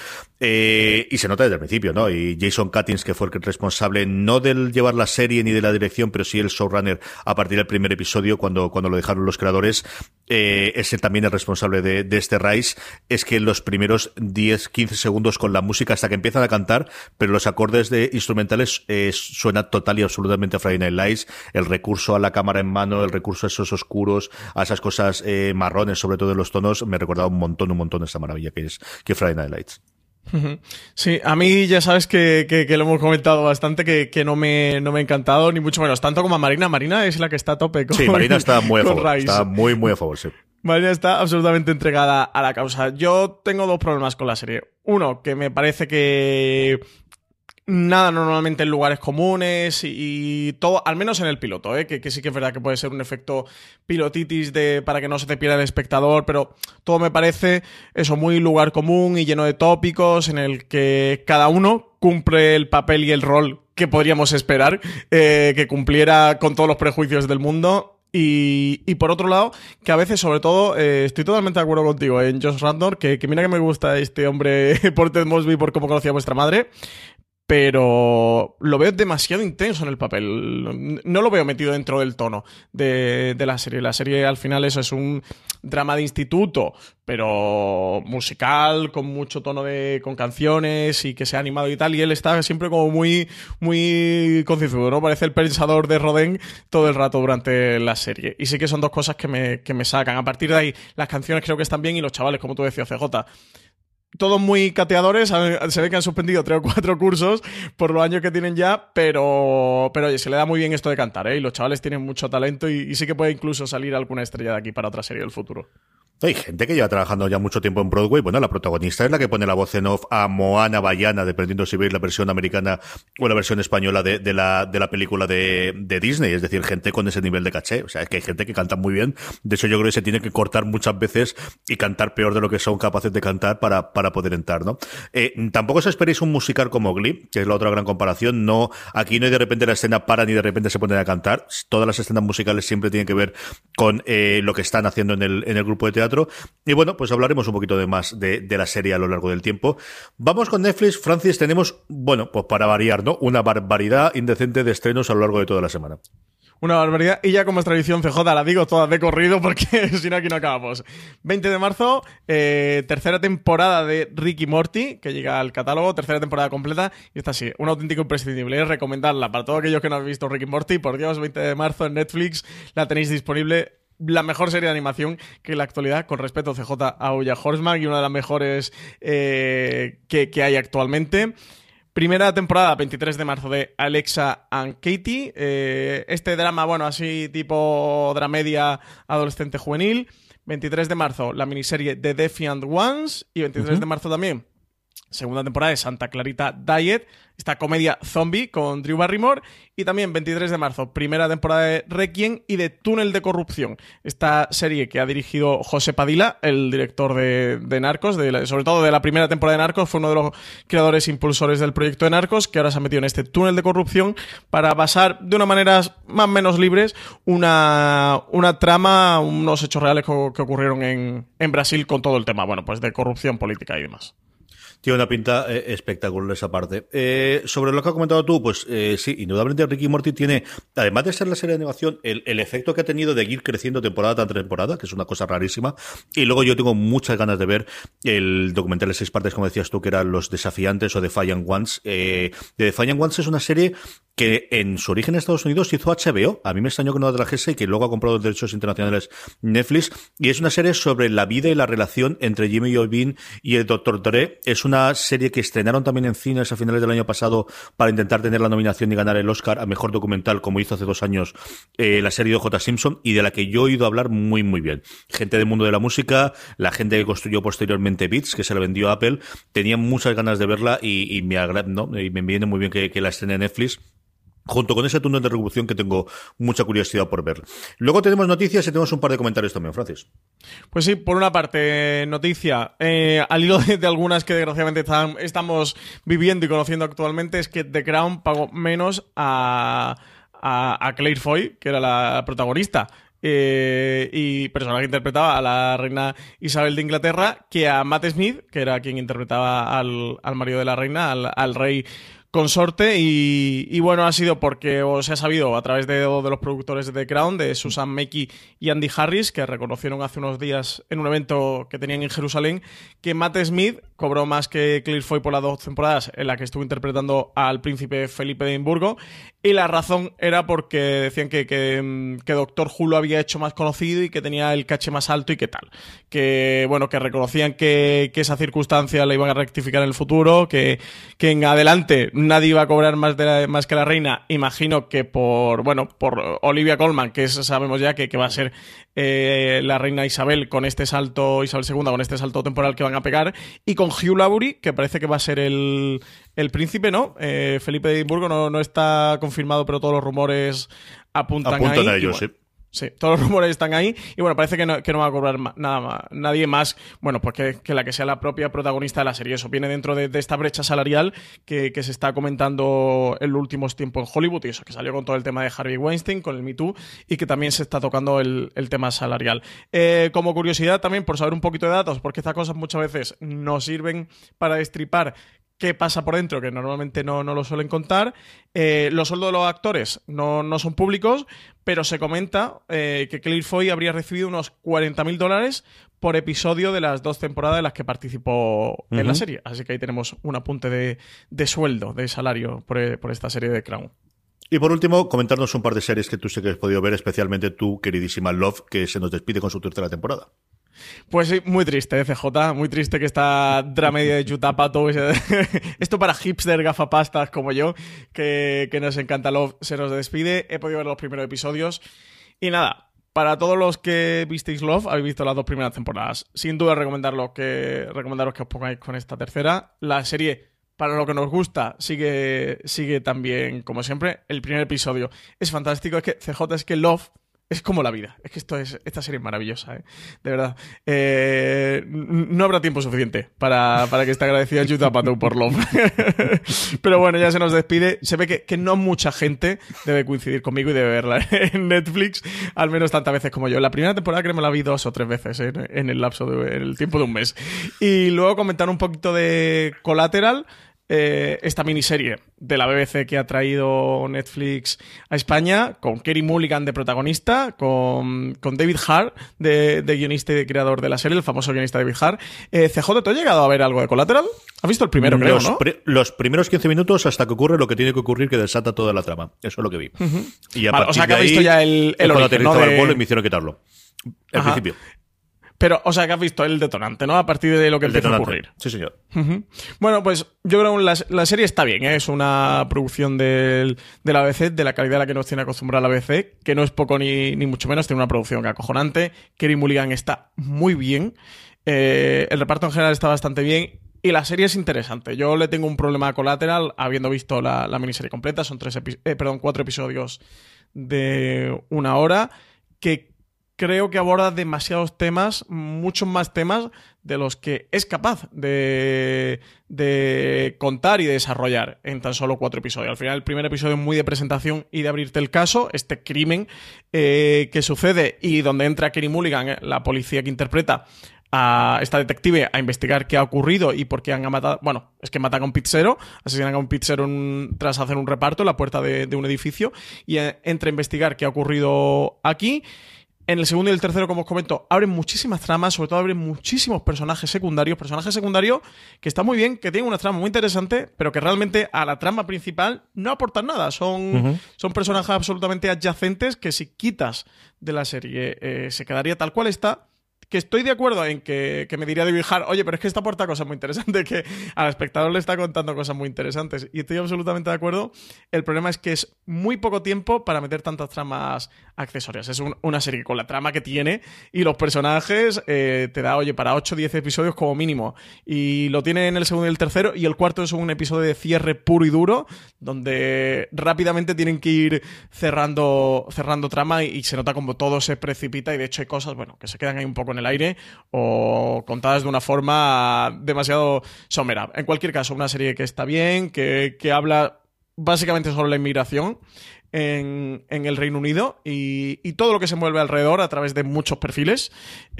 y se nota desde el principio, ¿no? Y Jason Cuttings, que fue el responsable no del llevar la serie ni de la dirección, pero sí el showrunner a partir del primer episodio, cuando lo dejaron los creadores, es él también el responsable de este Rise. Es que los primeros 10-15 segundos con la música, hasta que empiezan a cantar, pero los acordes instrumentales suenan total y absolutamente a Friday Night Lights. El recurso a la cámara en mano, el recurso a esos oscuros, a esas cosas marrones, sobre todo en los tonos, me recordaba un montón esta maravilla que Friday Night Lights. Sí, a mí ya sabes que lo hemos comentado bastante, que no me ha encantado, ni mucho menos, tanto como a Marina. Marina es la que está a tope con, sí, Marina está muy a favor, Rise. está muy a favor, sí. Marina está absolutamente entregada a la causa. Yo tengo dos problemas con la serie. Uno, que me parece que nada normalmente en lugares comunes y todo, al menos en el piloto, que sí que es verdad que puede ser un efecto pilotitis para que no se te pierda el espectador, pero todo me parece eso, muy lugar común y lleno de tópicos, en el que cada uno cumple el papel y el rol que podríamos esperar que cumpliera, con todos los prejuicios del mundo. Y por otro lado, que a veces, sobre todo, estoy totalmente de acuerdo contigo en Josh Radnor, que mira que me gusta este hombre por Ted Mosby, por cómo conocía a vuestra madre, pero lo veo demasiado intenso en el papel. No lo veo metido dentro del tono de la serie. La serie, al final, eso es un drama de instituto, pero musical, con mucho tono con canciones y que sea animado y tal, y él está siempre como muy concienzudo, ¿no? Parece el pensador de Rodin todo el rato durante la serie. Y sí que son dos cosas que me sacan. A partir de ahí, las canciones creo que están bien, y los chavales, como tú decías, CJ, todos muy cateadores, se ve que han suspendido 3 o 4 cursos por los años que tienen ya, pero oye, se le da muy bien esto de cantar, y los chavales tienen mucho talento, y sí que puede incluso salir alguna estrella de aquí para otra serie del futuro. Hay gente que lleva trabajando ya mucho tiempo en Broadway. Bueno, la protagonista es la que pone la voz en off a Moana Bayana, dependiendo si veis la versión americana o la versión española de la película de Disney. Es decir, gente con ese nivel de caché. O sea, es que hay gente que canta muy bien. De hecho, yo creo que se tiene que cortar muchas veces y cantar peor de lo que son capaces de cantar para poder entrar, ¿no? Tampoco os esperéis un musical como Glee, que es la otra gran comparación. No, aquí no hay de repente la escena para ni de repente se ponen a cantar. Todas las escenas musicales siempre tienen que ver con lo que están haciendo en el grupo de teatro. Y bueno, pues hablaremos un poquito más de la serie a lo largo del tiempo. Vamos con Netflix. Francis, tenemos, bueno, pues para variar, ¿no? Una barbaridad indecente de estrenos a lo largo de toda la semana. Una barbaridad. Y ya como es tradición, CJ, la digo todas de corrido porque si no aquí no acabamos. 20 de marzo, tercera temporada de Rick y Morty, que llega al catálogo, tercera temporada completa. Y esta sí, un auténtico imprescindible. Es recomendarla para todos aquellos que no han visto Rick y Morty. Por Dios, 20 de marzo en Netflix, la tenéis disponible. La mejor serie de animación que en la actualidad, con respeto CJ a Bojack Horseman, y una de las mejores que hay actualmente. Primera temporada, 23 de marzo, de Alexa and Katie. Este drama, bueno, así tipo dramedia adolescente juvenil. 23 de marzo, la miniserie The Defiant Ones. Y 23 de marzo también, segunda temporada de Santa Clarita Diet, esta comedia zombie con Drew Barrymore. Y también 23 de marzo, primera temporada de Requiem y de Túnel de Corrupción, esta serie que ha dirigido José Padilla, el director de Narcos, sobre todo de la primera temporada de Narcos. Fue uno de los creadores e impulsores del proyecto de Narcos, que ahora se ha metido en este Túnel de Corrupción para basar de una manera más o menos libres una trama, unos hechos reales que ocurrieron en Brasil con todo el tema, bueno, pues de corrupción política y demás. Tiene una pinta espectacular esa parte. Sobre lo que has comentado tú, pues sí, indudablemente Rick y Morty tiene, además de ser la serie de animación, el efecto que ha tenido de ir creciendo temporada tras temporada, que es una cosa rarísima. Y luego yo tengo muchas ganas de ver el documental de 6 partes, como decías tú, que eran Los Desafiantes o Defiant Ones. The Defiant Ones es una serie que en su origen en Estados Unidos hizo HBO. A mí me extrañó que no la trajese y que luego ha comprado los derechos internacionales Netflix. Y es una serie sobre la vida y la relación entre Jimmy Iovine y el Dr. Dre. Es una serie que estrenaron también en cines a finales del año pasado para intentar tener la nominación y ganar el Oscar a Mejor Documental, como hizo hace 2 años la serie de O.J. Simpson, y de la que yo he oído hablar muy, muy bien. Gente del mundo de la música, la gente que construyó posteriormente Beats, que se la vendió a Apple, tenían muchas ganas de verla y me agrada, ¿no? Y me viene muy bien que la estrene en Netflix, junto con ese Túnel de Revolución que tengo mucha curiosidad por ver. Luego tenemos noticias y tenemos un par de comentarios también, Francis. Pues sí, por una parte, noticia, al hilo de algunas que desgraciadamente estamos viviendo y conociendo actualmente, es que The Crown pagó menos a Claire Foy, que era la protagonista. Y persona que interpretaba a la reina Isabel de Inglaterra, que a Matt Smith, que era quien interpretaba al marido de la reina, al rey consorte. Y bueno, ha sido porque se ha sabido a través de los productores de The Crown, de Susan Mackie y Andy Harris, que reconocieron hace unos días en un evento que tenían en Jerusalén, que Matt Smith cobró más que Claire Foy por las 2 temporadas en las que estuvo interpretando al príncipe Felipe de Edimburgo. Y la razón era porque decían que Doctor Who lo había hecho más conocido y que tenía el caché más alto y que tal. Que bueno, que reconocían que esa circunstancia la iban a rectificar en el futuro, que en adelante nadie iba a cobrar más que la reina. Imagino que por Olivia Colman, que sabemos ya que va a ser la reina Isabel con este salto, Isabel II, con este salto temporal que van a pegar, y con Hugh Laurie, que parece que va a ser el príncipe, ¿no? Felipe de Edimburgo no está confirmado, pero todos los rumores apuntan ahí. A ello, sí. Sí, todos los rumores están ahí y bueno, parece que no va a cobrar nada más, nadie más, bueno, pues que la que sea la propia protagonista de la serie. Eso viene dentro de esta brecha salarial que se está comentando en los últimos tiempos en Hollywood, y eso, que salió con todo el tema de Harvey Weinstein, con el Me Too, y que también se está tocando el tema salarial. Como curiosidad también, por saber un poquito de datos, porque estas cosas muchas veces nos sirven para destripar qué pasa por dentro, que normalmente no lo suelen contar. Los sueldos de los actores no son públicos, pero se comenta que Claire Foy habría recibido unos $40,000 por episodio de las 2 temporadas en las que participó en la serie. Así que ahí tenemos un apunte de sueldo, de salario por esta serie de Crown. Y por último, comentarnos un par de series que tú sé que has podido ver, especialmente tú, queridísima Love, que se nos despide con su 3ª temporada. Pues sí, muy triste, CJ, muy triste que esta dramedia de Chutapato, esto para hipster gafapastas como yo, que nos encanta Love, se nos despide. He podido ver los primeros episodios y nada, para todos los que visteis Love, habéis visto las 2 primeras temporadas. Sin duda recomendaros que os pongáis con esta tercera. La serie, para lo que nos gusta, sigue también, como siempre. El primer episodio es fantástico. Es que CJ, es que Love es como la vida. Es que esta serie es maravillosa, de verdad. No habrá tiempo suficiente para que esté agradecido a Chutapato por Love. Pero bueno, ya se nos despide. Se ve que no mucha gente debe coincidir conmigo y debe verla en Netflix, al menos tantas veces como yo. La primera temporada creo que me la vi 2 o 3 veces en el lapso en el tiempo de un mes. Y luego comentar un poquito de Collateral. esta miniserie de la BBC que ha traído Netflix a España, con Carey Mulligan de protagonista, con David Hart de guionista y de creador de la serie, el famoso guionista David Hart. CJ, ¿tú has llegado a ver algo de Collateral? ¿Has visto el primero, creo, no? Los primeros 15 minutos hasta que ocurre lo que tiene que ocurrir, que desata toda la trama. Eso es lo que vi. Y a partir que has visto ya el origen, ¿no? El vuelo y me hicieron quitarlo. Al principio. Pero, o sea, que has visto el detonante, ¿no? A partir de lo que empieza a ocurrir. Sí, señor. Bueno, pues yo creo que la serie está bien, ¿eh? Es una producción de la BBC, de la calidad a la que nos tiene acostumbrada la BBC, que no es poco ni mucho menos, tiene una producción acojonante. Carey Mulligan está muy bien. El reparto en general está bastante bien. Y la serie es interesante. Yo le tengo un problema a Collateral, habiendo visto la miniserie completa. Son 4 episodios de 1 hora, que creo que aborda demasiados temas, muchos más temas de los que es capaz de contar y de desarrollar en tan solo 4 episodios. Al final, el primer episodio es muy de presentación y de abrirte el caso, este crimen que sucede y donde entra Carey Mulligan, la policía que interpreta a esta detective, a investigar qué ha ocurrido y por qué han matado. Bueno, es que matan a un pizzero, asesinan a un pizzero tras hacer un reparto en la puerta de un edificio, y entra a investigar qué ha ocurrido aquí. En el segundo y el tercero, como os comento, abren muchísimas tramas, sobre todo abren muchísimos personajes secundarios que están muy bien, que tienen una trama muy interesante, pero que realmente a la trama principal no aportan nada. Son personajes absolutamente adyacentes que, si quitas de la serie, se quedaría tal cual está. Que estoy de acuerdo en que me diría David Hart, oye, pero es que esta aporta cosas muy interesantes, que al espectador le está contando cosas muy interesantes. Y estoy absolutamente de acuerdo. El problema es que es muy poco tiempo para meter tantas tramas accesorias. Es una serie con la trama que tiene y los personajes te da, oye, para 8 o 10 episodios como mínimo. Y lo tiene en el segundo y el tercero, y el cuarto es un episodio de cierre puro y duro, donde rápidamente tienen que ir cerrando trama y se nota como todo se precipita, y de hecho hay cosas, bueno, que se quedan ahí un poco en el aire o contadas de una forma demasiado somera. En cualquier caso, una serie que está bien, que habla básicamente sobre la inmigración en el Reino Unido y todo lo que se mueve alrededor a través de muchos perfiles,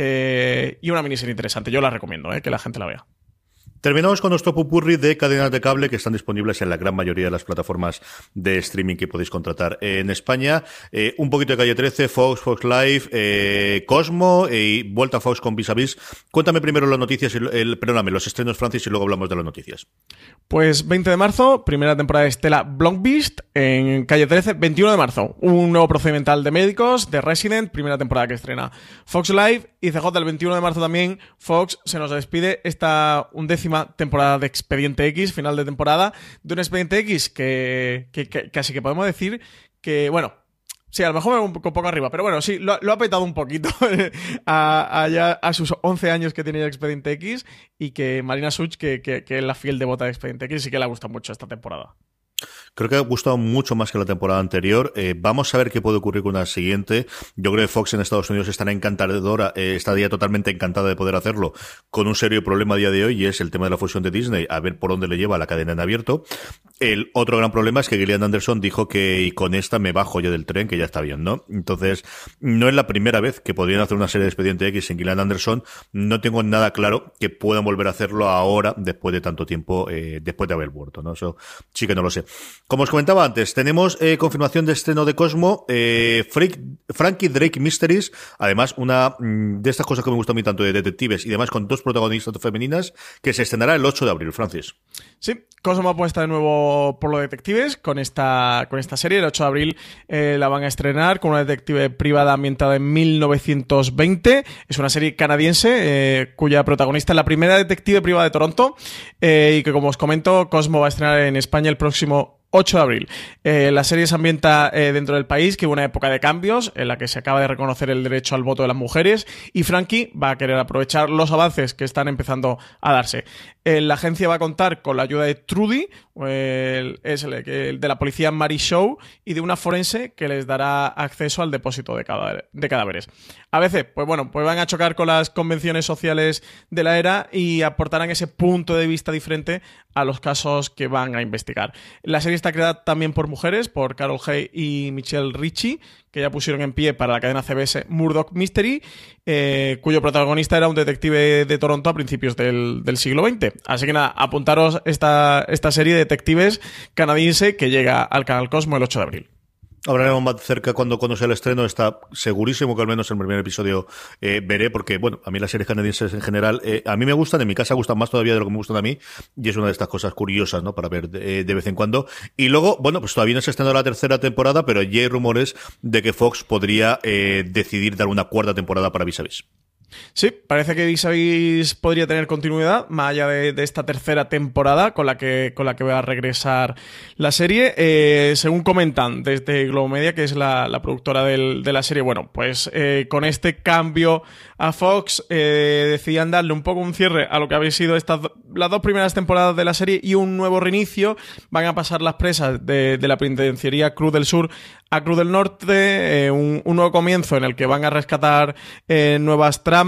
y una miniserie interesante. Yo la recomiendo, que la gente la vea. Terminamos con nuestro popurrí de cadenas de cable que están disponibles en la gran mayoría de las plataformas de streaming que podéis contratar en España. Un poquito de Calle 13, Fox Live, Cosmo y vuelta a Fox con Vis a Vis. Cuéntame primero las noticias, los estrenos, Francis, y luego hablamos de las noticias. Pues 20 de marzo, primera temporada de Stella Blomqvist en Calle 13. 21 de marzo, un nuevo procedimental de médicos, de Resident, primera temporada que estrena Fox Live. Y CJ, el 21 de marzo también, Fox se nos despide esta 11ª temporada de Expediente X, final de temporada de un Expediente X que casi que podemos decir que, bueno, sí, a lo mejor un poco arriba, pero bueno, sí, lo ha petado un poquito a sus 11 años que tiene ya Expediente X, y que Marina Such, que es la fiel devota de Expediente X, sí que le gusta mucho esta temporada. Creo que ha gustado mucho más que la temporada anterior. Vamos a ver qué puede ocurrir con la siguiente. Yo creo que Fox en Estados Unidos estará encantadora, estaría totalmente encantada de poder hacerlo, con un serio problema a día de hoy, y es el tema de la fusión de Disney, a ver por dónde le lleva la cadena en abierto. El otro gran problema es que Gillian Anderson dijo que y con esta me bajo yo del tren, que ya está bien, ¿no? Entonces, no es la primera vez que podrían hacer una serie de Expediente X sin Gillian Anderson. No tengo nada claro que puedan volver a hacerlo ahora, después de tanto tiempo, después de haber vuelto, ¿no? Eso sí que no lo sé. Como os comentaba antes, tenemos confirmación de estreno de Cosmo, Frankie Drake Mysteries, además una de estas cosas que me gusta a mí tanto, de detectives, y además con 2 protagonistas femeninas, que se estrenará el 8 de abril, Francis. Sí, Cosmo apuesta de nuevo por los detectives con esta serie. El 8 de abril la van a estrenar con una detective privada ambientada en 1920. Es una serie canadiense cuya protagonista es la primera detective privada de Toronto, y que, como os comento, Cosmo va a estrenar en España el próximo 8 de abril. La serie se ambienta dentro del país, que hubo una época de cambios en la que se acaba de reconocer el derecho al voto de las mujeres, y Frankie va a querer aprovechar los avances que están empezando a darse. La agencia va a contar con la ayuda de Trudy, el de la policía Mary Shaw, y de una forense que les dará acceso al depósito de cadáveres. A veces, pues van a chocar con las convenciones sociales de la era y aportarán ese punto de vista diferente a los casos que van a investigar. La serie está creada también por mujeres, por Carol Hay y Michelle Ritchie, que ya pusieron en pie para la cadena CBS Murdoch Mystery, cuyo protagonista era un detective de Toronto a principios del siglo XX. Así que nada, apuntaros esta serie de detectives canadiense que llega al Canal Cosmo el 8 de abril. Hablaremos más cerca cuando sea el estreno. Está segurísimo que al menos el primer episodio veré, porque, bueno, a mí las series canadienses en general, a mí me gustan, en mi casa gustan más todavía de lo que me gustan a mí, y es una de estas cosas curiosas, ¿no?, para ver de vez en cuando. Y luego, bueno, pues todavía no se estrenó la tercera temporada, pero ya hay rumores de que Fox podría decidir dar una cuarta temporada para Vis a Vis. Sí, parece que Vis a Vis podría tener continuidad más allá de esta tercera temporada con la que va a regresar la serie. Según comentan desde Globo Media, que es la productora de la serie, bueno, pues con este cambio a Fox decían darle un poco un cierre a lo que habían sido las dos primeras temporadas de la serie y un nuevo reinicio. Van a pasar las presas de la penitenciaría Cruz del Sur a Cruz del Norte, un nuevo comienzo en el que van a rescatar nuevas tramas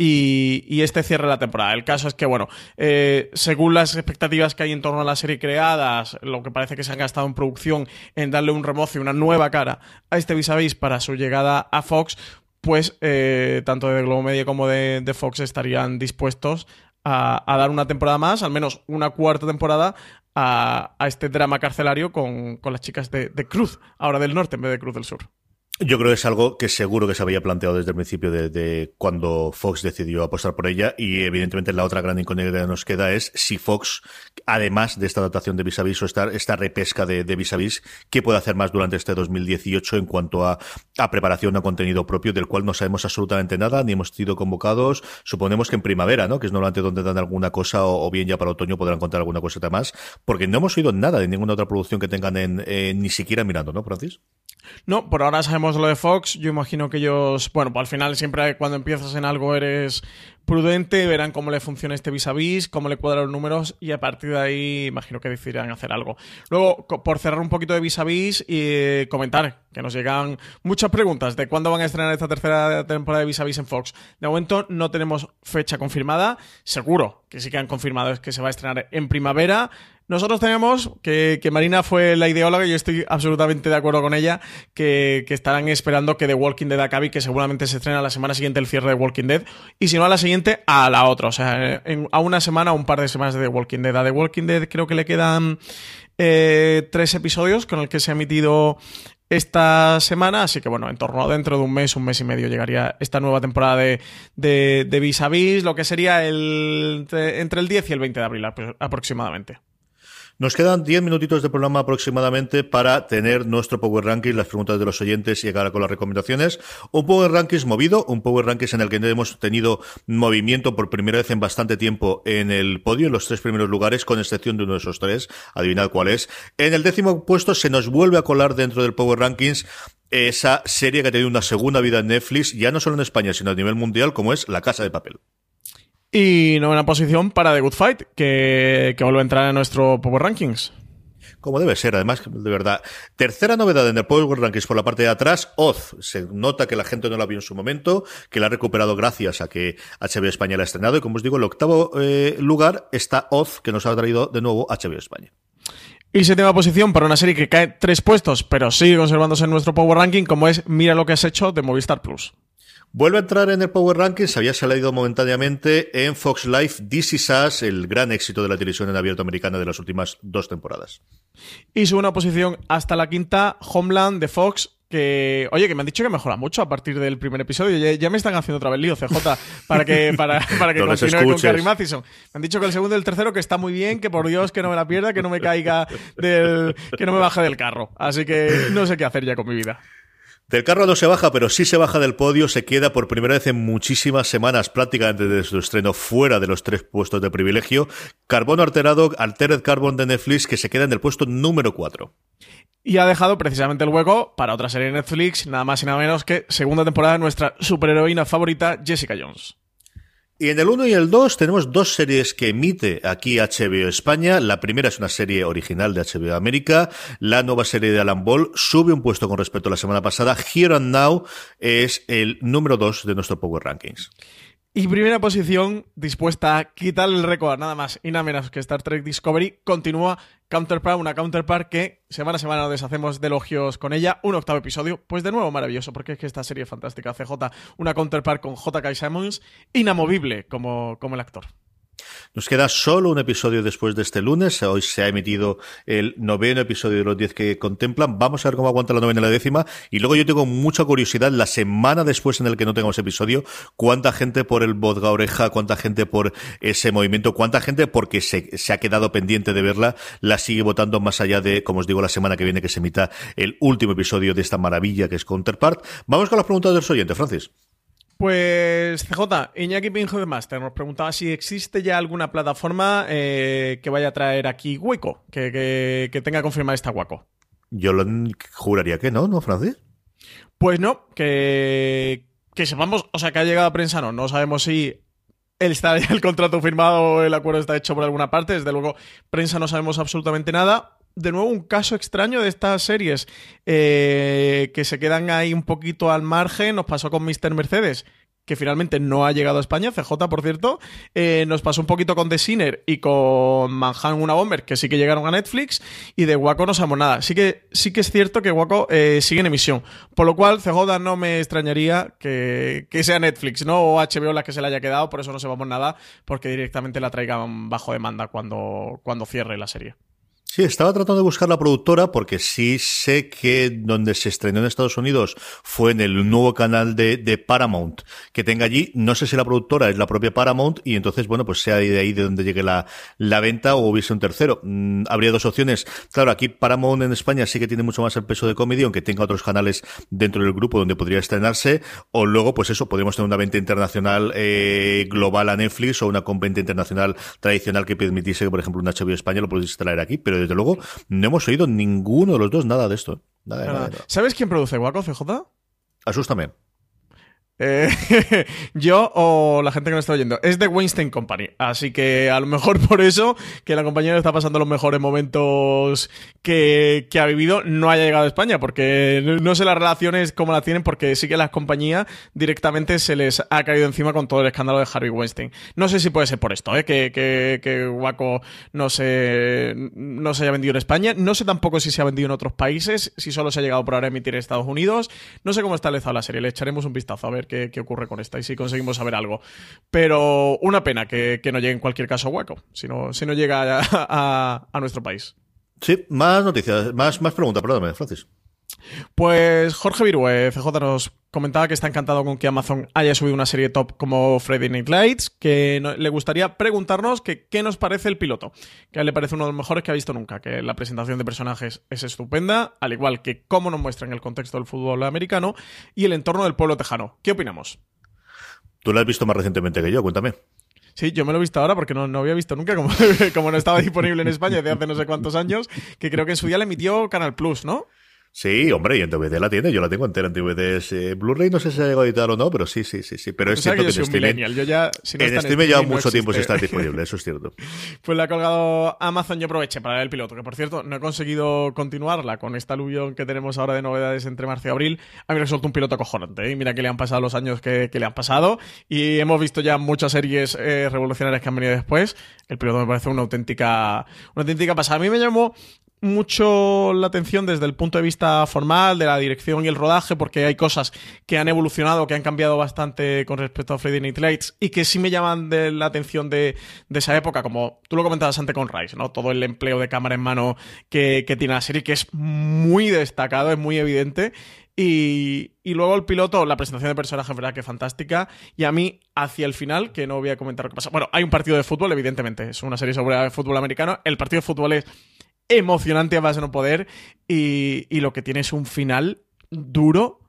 y este cierre de la temporada. El caso es que, bueno, según las expectativas que hay en torno a la serie creadas, lo que parece que se han gastado en producción en darle un remozo y una nueva cara a este Vis a Vis para su llegada a Fox, pues tanto de Globo Media como de Fox estarían dispuestos a dar una temporada más, al menos una cuarta temporada, a este drama carcelario con las chicas de Cruz, ahora del Norte en vez de Cruz del Sur. Yo creo que es algo que seguro que se había planteado desde el principio de cuando Fox decidió apostar por ella, y evidentemente la otra gran incógnita que nos queda es si Fox, además de esta adaptación de Vis a Vis o esta repesca de Vis a Vis, ¿qué puede hacer más durante este 2018 en cuanto a preparación o contenido propio, del cual no sabemos absolutamente nada, ni hemos sido convocados? Suponemos que en primavera, ¿no?, que es normalmente donde dan alguna cosa, o bien ya para otoño podrán contar alguna cosita más, porque no hemos oído nada de ninguna otra producción que tengan ni siquiera mirando, ¿no, Francis? No, por ahora sabemos lo de Fox. Yo imagino que ellos, bueno, pues al final siempre cuando empiezas en algo eres prudente, verán cómo le funciona este Vis a Vis, cómo le cuadran los números, y a partir de ahí imagino que decidirán hacer algo. Luego, por cerrar un poquito de Vis a Vis y comentar que nos llegan muchas preguntas de cuándo van a estrenar esta tercera temporada de Vis a Vis en Fox. De momento no tenemos fecha confirmada. Seguro que sí que han confirmado es que se va a estrenar en primavera. Nosotros tenemos que Marina fue la ideóloga, y yo estoy absolutamente de acuerdo con ella, que estarán esperando que The Walking Dead acabe, y que seguramente se estrena la semana siguiente el cierre de Walking Dead, y si no a la siguiente, a la otra. O sea, a una semana o un par de semanas de The Walking Dead. A The Walking Dead creo que le quedan 3 episodios con el que se ha emitido esta semana, así que bueno, en torno dentro de un mes y medio llegaría esta nueva temporada de Vis a Vis, lo que sería entre el 10 y el 20 de abril aproximadamente. Nos quedan 10 minutitos de programa aproximadamente para tener nuestro Power Rankings, las preguntas de los oyentes y llegar con las recomendaciones. Un Power Rankings movido, un Power Rankings en el que hemos tenido movimiento por primera vez en bastante tiempo en el podio, en los 3 primeros lugares, con excepción de uno de esos 3. Adivinad cuál es. En el 10º puesto se nos vuelve a colar dentro del Power Rankings esa serie que ha tenido una segunda vida en Netflix, ya no solo en España, sino a nivel mundial, como es La Casa de Papel. Y novena posición para The Good Fight, que vuelve a entrar en nuestro Power Rankings. Como debe ser, además, de verdad. Tercera novedad en el Power Rankings por la parte de atrás, Oz. Se nota que la gente no la vio en su momento, que la ha recuperado gracias a que HBO España la ha estrenado, y como os digo, en el 8º lugar está Oz, que nos ha traído de nuevo HBO España. Y 7ª posición para una serie que cae 3 puestos, pero sigue conservándose en nuestro Power Ranking, como es Mira lo que has hecho, de Movistar Plus. Vuelve a entrar en el Power Rankings, había salido momentáneamente en Fox Life This Is Us, el gran éxito de la televisión en abierto americana de las últimas 2 temporadas. Y sube una posición hasta la 5ª, Homeland de Fox, que me han dicho que mejora mucho a partir del primer episodio. Ya me están haciendo otra vez lío, CJ, para que no continúe con Carrie Mathison. Me han dicho que el segundo y el tercero que está muy bien, que por Dios que no me la pierda, que no me caiga que no me baje del carro. Así que no sé qué hacer ya con mi vida. Del carro no se baja, pero sí se baja del podio, se queda por primera vez en muchísimas semanas, prácticamente desde su estreno, fuera de los 3 puestos de privilegio. Carbono Alterado, Altered Carbon de Netflix, que se queda en el puesto número 4. Y ha dejado precisamente el hueco para otra serie de Netflix, nada más y nada menos que segunda temporada de nuestra superheroína favorita, Jessica Jones. Y en el 1 y el 2 tenemos 2 series que emite aquí HBO España. La primera es una serie original de HBO América. La nueva serie de Alan Ball sube un puesto con respecto a la semana pasada. Here and Now es el número 2 de nuestro Power Rankings. Y primera posición, dispuesta a quitar el récord, nada más y nada menos que Star Trek Discovery, continúa Counterpart, una Counterpart que semana a semana nos deshacemos de elogios con ella. Un 8º episodio, pues de nuevo maravilloso, porque es que esta serie es fantástica. CJ, una Counterpart con J.K. Simmons, inamovible como el actor. Nos queda solo un episodio después de este lunes. Hoy se ha emitido el 9º episodio de los 10 que contemplan. Vamos a ver cómo aguanta la 9ª y la 10ª. Y luego yo tengo mucha curiosidad, la semana después en el que no tengamos episodio, cuánta gente por el vodga oreja, cuánta gente por ese movimiento, cuánta gente porque se ha quedado pendiente de verla, la sigue votando más allá de, como os digo, la semana que viene que se emita el último episodio de esta maravilla que es Counterpart. Vamos con las preguntas del oyente, Francis. Pues CJ, Iñaki Pinjo de Master nos preguntaba si existe ya alguna plataforma que vaya a traer aquí Hueco, que tenga confirmada esta Hueco. Yo juraría que no, ¿no, Francis? Pues no, que sepamos, o sea, que ha llegado a prensa, no sabemos si está ya el contrato firmado o el acuerdo está hecho por alguna parte. Desde luego, prensa no sabemos absolutamente nada. De nuevo, un caso extraño de estas series que se quedan ahí un poquito al margen. Nos pasó con Mr. Mercedes, que finalmente no ha llegado a España, CJ, por cierto. Nos pasó un poquito con The Sinner y con Manhattan Una Bomber, que sí que llegaron a Netflix, y de Waco no sabemos nada. Sí que es cierto que Waco sigue en emisión, por lo cual, CJ, no me extrañaría que sea Netflix, ¿no? O HBO la que se le haya quedado, por eso no sepamos nada, porque directamente la traigan bajo demanda cuando cierre la serie. Sí, estaba tratando de buscar la productora porque sí sé que donde se estrenó en Estados Unidos fue en el nuevo canal de Paramount que tenga allí. No sé si la productora es la propia Paramount y entonces, bueno, pues sea de ahí de donde llegue la venta o hubiese un tercero. Habría dos opciones. Claro, aquí Paramount en España sí que tiene mucho más el peso de Comedy, aunque tenga otros canales dentro del grupo donde podría estrenarse. O luego, pues eso, podríamos tener una venta internacional global a Netflix o una venta internacional tradicional que permitiese que, por ejemplo, un HBO España lo pudiese traer aquí, pero desde luego no hemos oído ninguno de los dos nada de esto. Nada. ¿Sabes quién produce Waco, CJ? Asústame. Yo o la gente que nos está oyendo. Es de Weinstein Company, así que a lo mejor por eso que la compañía no está pasando los mejores momentos que ha vivido, no haya llegado a España, porque no sé las relaciones cómo las tienen, porque sí que las compañías directamente se les ha caído encima con todo el escándalo de Harvey Weinstein. No sé si puede ser por esto, que Waco no se haya vendido en España. No sé tampoco si se ha vendido en otros países, si solo se ha llegado por ahora a emitir en Estados Unidos. No sé cómo está establecido la serie, le echaremos un vistazo a ver qué ocurre con esta y si conseguimos saber algo. Pero una pena que no llegue en cualquier caso a Waco, si no llega a nuestro país. Sí, más noticias, más preguntas, perdóname, Francis. Pues Jorge Virue, CJ, nos comentaba que está encantado con que Amazon haya subido una serie top como Friday Night Lights, que le gustaría preguntarnos qué nos parece el piloto, que a él le parece uno de los mejores que ha visto nunca, que la presentación de personajes es estupenda, al igual que cómo nos muestran el contexto del fútbol americano y el entorno del pueblo tejano. ¿Qué opinamos? Tú lo has visto más recientemente que yo, cuéntame. Sí, yo me lo he visto ahora porque no había visto nunca, como no estaba disponible en España desde hace no sé cuántos años, que creo que en su día le emitió Canal Plus, ¿no? Sí, hombre, y en DVD la tiene, yo la tengo entera en DVDs. Blu-ray no sé si se ha llegado a editar o no, pero sí. Pero es cierto que en Steam, yo ya, si no en Steam lleva mucho tiempo sin estar disponible, eso es cierto. Pues la ha colgado Amazon, yo aproveché para ver el piloto, que por cierto no he conseguido continuarla con esta aluvión que tenemos ahora de novedades entre marzo y abril. A mí me resulta un piloto acojonante, ¿eh? Mira que le han pasado los años que le han pasado y hemos visto ya muchas series revolucionarias que han venido después. El piloto me parece una auténtica pasada. A mí me llamó mucho la atención desde el punto de vista formal de la dirección y el rodaje, porque hay cosas que han evolucionado, que han cambiado bastante con respecto a Friday Night Lights y que sí me llaman de la atención de esa época, como tú lo comentabas antes con Rise, ¿no? Todo el empleo de cámara en mano que tiene la serie, que es muy destacado, es muy evidente. Y luego el piloto, la presentación de personajes, verdad que fantástica. Y a mí, hacia el final, que no voy a comentar lo que pasa. Bueno, hay un partido de fútbol, evidentemente. Es una serie sobre fútbol americano. El partido de fútbol es emocionante a base de no poder. Y lo que tiene es un final duro,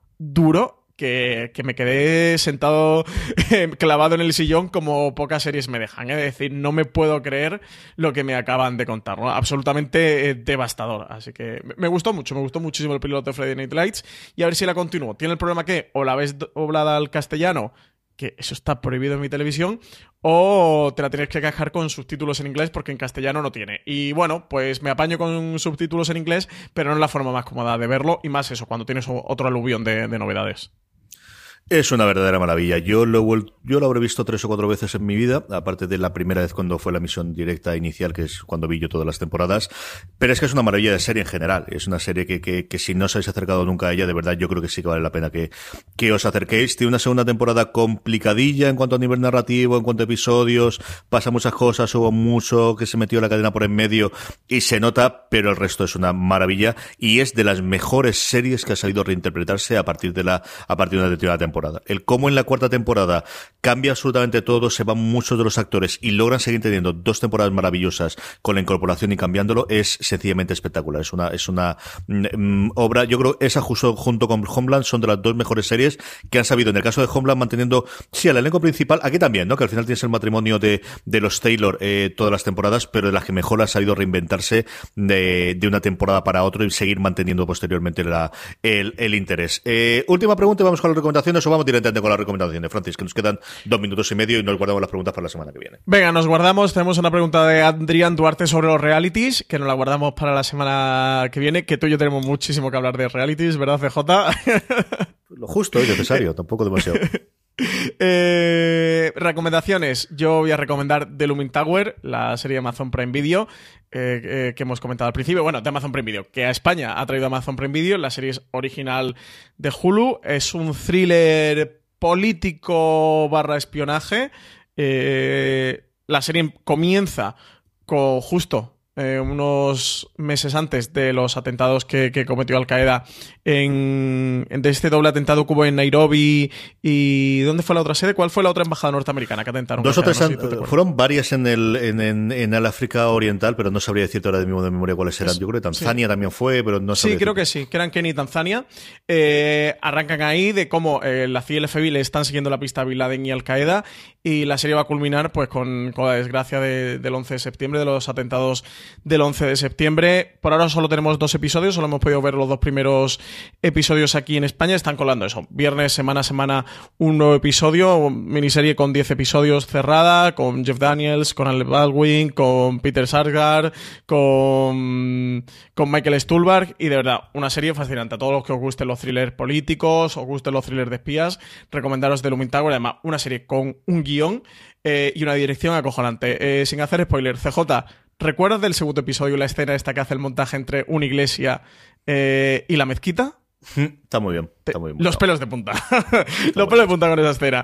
que me quedé sentado clavado en el sillón como pocas series me dejan. Es decir, no me puedo creer lo que me acaban de contar, ¿no? Absolutamente devastador. Así que me gustó muchísimo el piloto de Friday Night Lights y a ver si la continúo. ¿Tiene el problema que o la ves doblada al castellano, que eso está prohibido en mi televisión, o te la tienes que cajar con subtítulos en inglés porque en castellano no tiene? Y bueno, pues me apaño con subtítulos en inglés, pero no es la forma más cómoda de verlo y más eso, cuando tienes otro aluvión de novedades. Es una verdadera maravilla. Yo lo habré visto 3 o 4 veces en mi vida, aparte de la primera vez cuando fue la emisión directa inicial, que es cuando vi yo todas las temporadas. Pero es que es una maravilla de serie en general. Es una serie que si no os habéis acercado nunca a ella, de verdad yo creo que sí que vale la pena que os acerquéis. Tiene una segunda temporada complicadilla en cuanto a nivel narrativo, en cuanto a episodios. Pasa muchas cosas, hubo mucho que se metió la cadena por en medio y se nota, pero el resto es una maravilla y es de las mejores series que ha salido a reinterpretarse a partir de una determinada temporada. El cómo en la 4ª temporada cambia absolutamente todo, se van muchos de los actores y logran seguir teniendo 2 temporadas maravillosas con la incorporación y cambiándolo, es sencillamente espectacular. Es una obra, yo creo, esa junto con Homeland son de las 2 mejores series que han sabido, en el caso de Homeland, manteniendo, sí, al elenco principal, aquí también, ¿no? Que al final tienes el matrimonio de los Taylor todas las temporadas, pero de las que mejor ha sabido reinventarse de una temporada para otra y seguir manteniendo posteriormente el interés. Última pregunta y vamos con las recomendaciones. Vamos directamente con las recomendaciones, Francis, que nos quedan 2 minutos y medio y nos guardamos las preguntas para la semana que viene. Venga, nos guardamos. Tenemos una pregunta de Adrián Duarte sobre los realities, que nos la guardamos para la semana que viene, que tú y yo tenemos muchísimo que hablar de realities, ¿verdad, CJ? Lo justo y necesario, tampoco demasiado. Recomendaciones. Yo voy a recomendar The Looming Tower, la serie de Amazon Prime Video, que hemos comentado al principio. Bueno, de Amazon Prime Video, que a España ha traído Amazon Prime Video. La serie es original de Hulu. Es un thriller político / espionaje. La serie comienza con justo unos meses antes de los atentados que cometió Al-Qaeda de este doble atentado que hubo en Nairobi. ¿Y dónde fue la otra sede? ¿Cuál fue la otra embajada norteamericana que atentaron? 2 o 3 fueron varias en el África Oriental, pero no sabría decirte ahora de memoria cuáles eran. Yo creo que Tanzania también fue, pero no sabría. Sí, creo que sí, que eran Kenia y Tanzania. Arrancan ahí de cómo la CIA y el FBI le están siguiendo la pista a Bin Laden y Al-Qaeda, y la serie va a culminar pues con la desgracia del 11 de septiembre, de los atentados del 11 de septiembre. Por ahora solo tenemos 2 episodios, solo hemos podido ver los 2 primeros episodios aquí en España. Están colando eso, viernes, semana a semana, un nuevo episodio, miniserie con 10 episodios cerrada, con Jeff Daniels, con Alec Baldwin, con Peter Sarsgaard, con Michael Stuhlbarg, y de verdad, una serie fascinante. A todos los que os gusten los thrillers políticos, os gusten los thrillers de espías, recomendaros The Looming Tower. Además, una serie con un guión y una dirección acojonante. Sin hacer spoiler, CJ, ¿recuerdas del segundo episodio la escena esta que hace el montaje entre una iglesia y la mezquita? Está muy bien. Está muy bien. Los pelos de punta. Los pelos de punta con esa escena.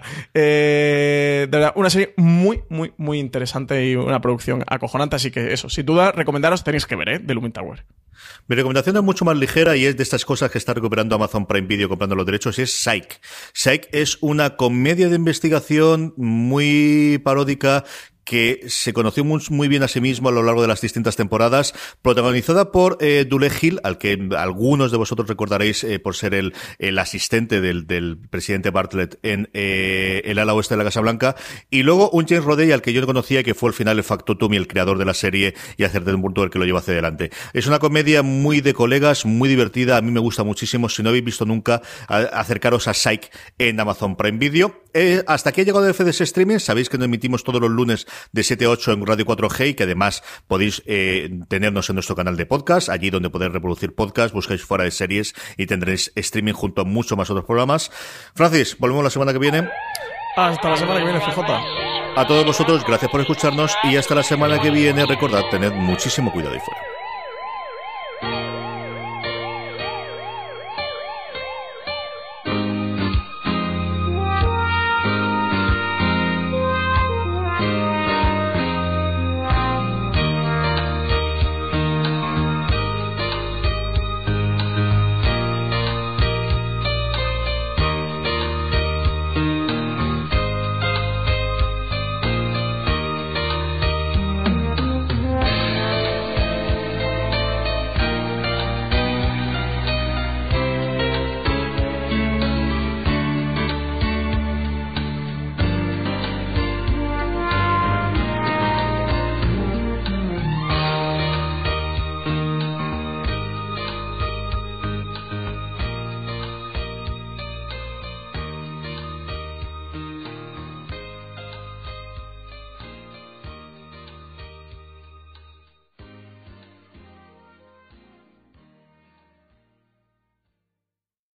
De verdad, una serie muy, muy, muy interesante y una producción acojonante. Así que eso, sin duda, recomendaros, tenéis que ver, The Looming Tower. Mi recomendación es mucho más ligera y es de estas cosas que está recuperando Amazon Prime Video comprando los derechos, y es Psych. Psych es una comedia de investigación muy paródica que se conoció muy bien a sí mismo a lo largo de las distintas temporadas, protagonizada por Dule Hill, al que algunos de vosotros recordaréis por ser el asistente del presidente Bartlett en el ala oeste de la Casa Blanca, y luego un James Rodey al que yo no conocía y que fue al final el factotum y el creador de la serie y hacer de un punto el que lo lleva hacia adelante. Es una comedia muy de colegas, muy divertida, a mí me gusta muchísimo. Si no habéis visto nunca, acercaros a Psych en Amazon Prime Video. Hasta aquí ha llegado el FDS Streaming. Sabéis que nos emitimos todos los lunes de 7 a 8 en Radio 4G y que además podéis tenernos en nuestro canal de podcast, allí donde podéis reproducir podcast, buscáis Fuera de Series y tendréis streaming junto a muchos más otros programas. Francis, volvemos la semana que viene. Hasta la semana que viene, CJ. A todos vosotros, gracias por escucharnos y hasta la semana que viene. Recordad, tened muchísimo cuidado ahí fuera.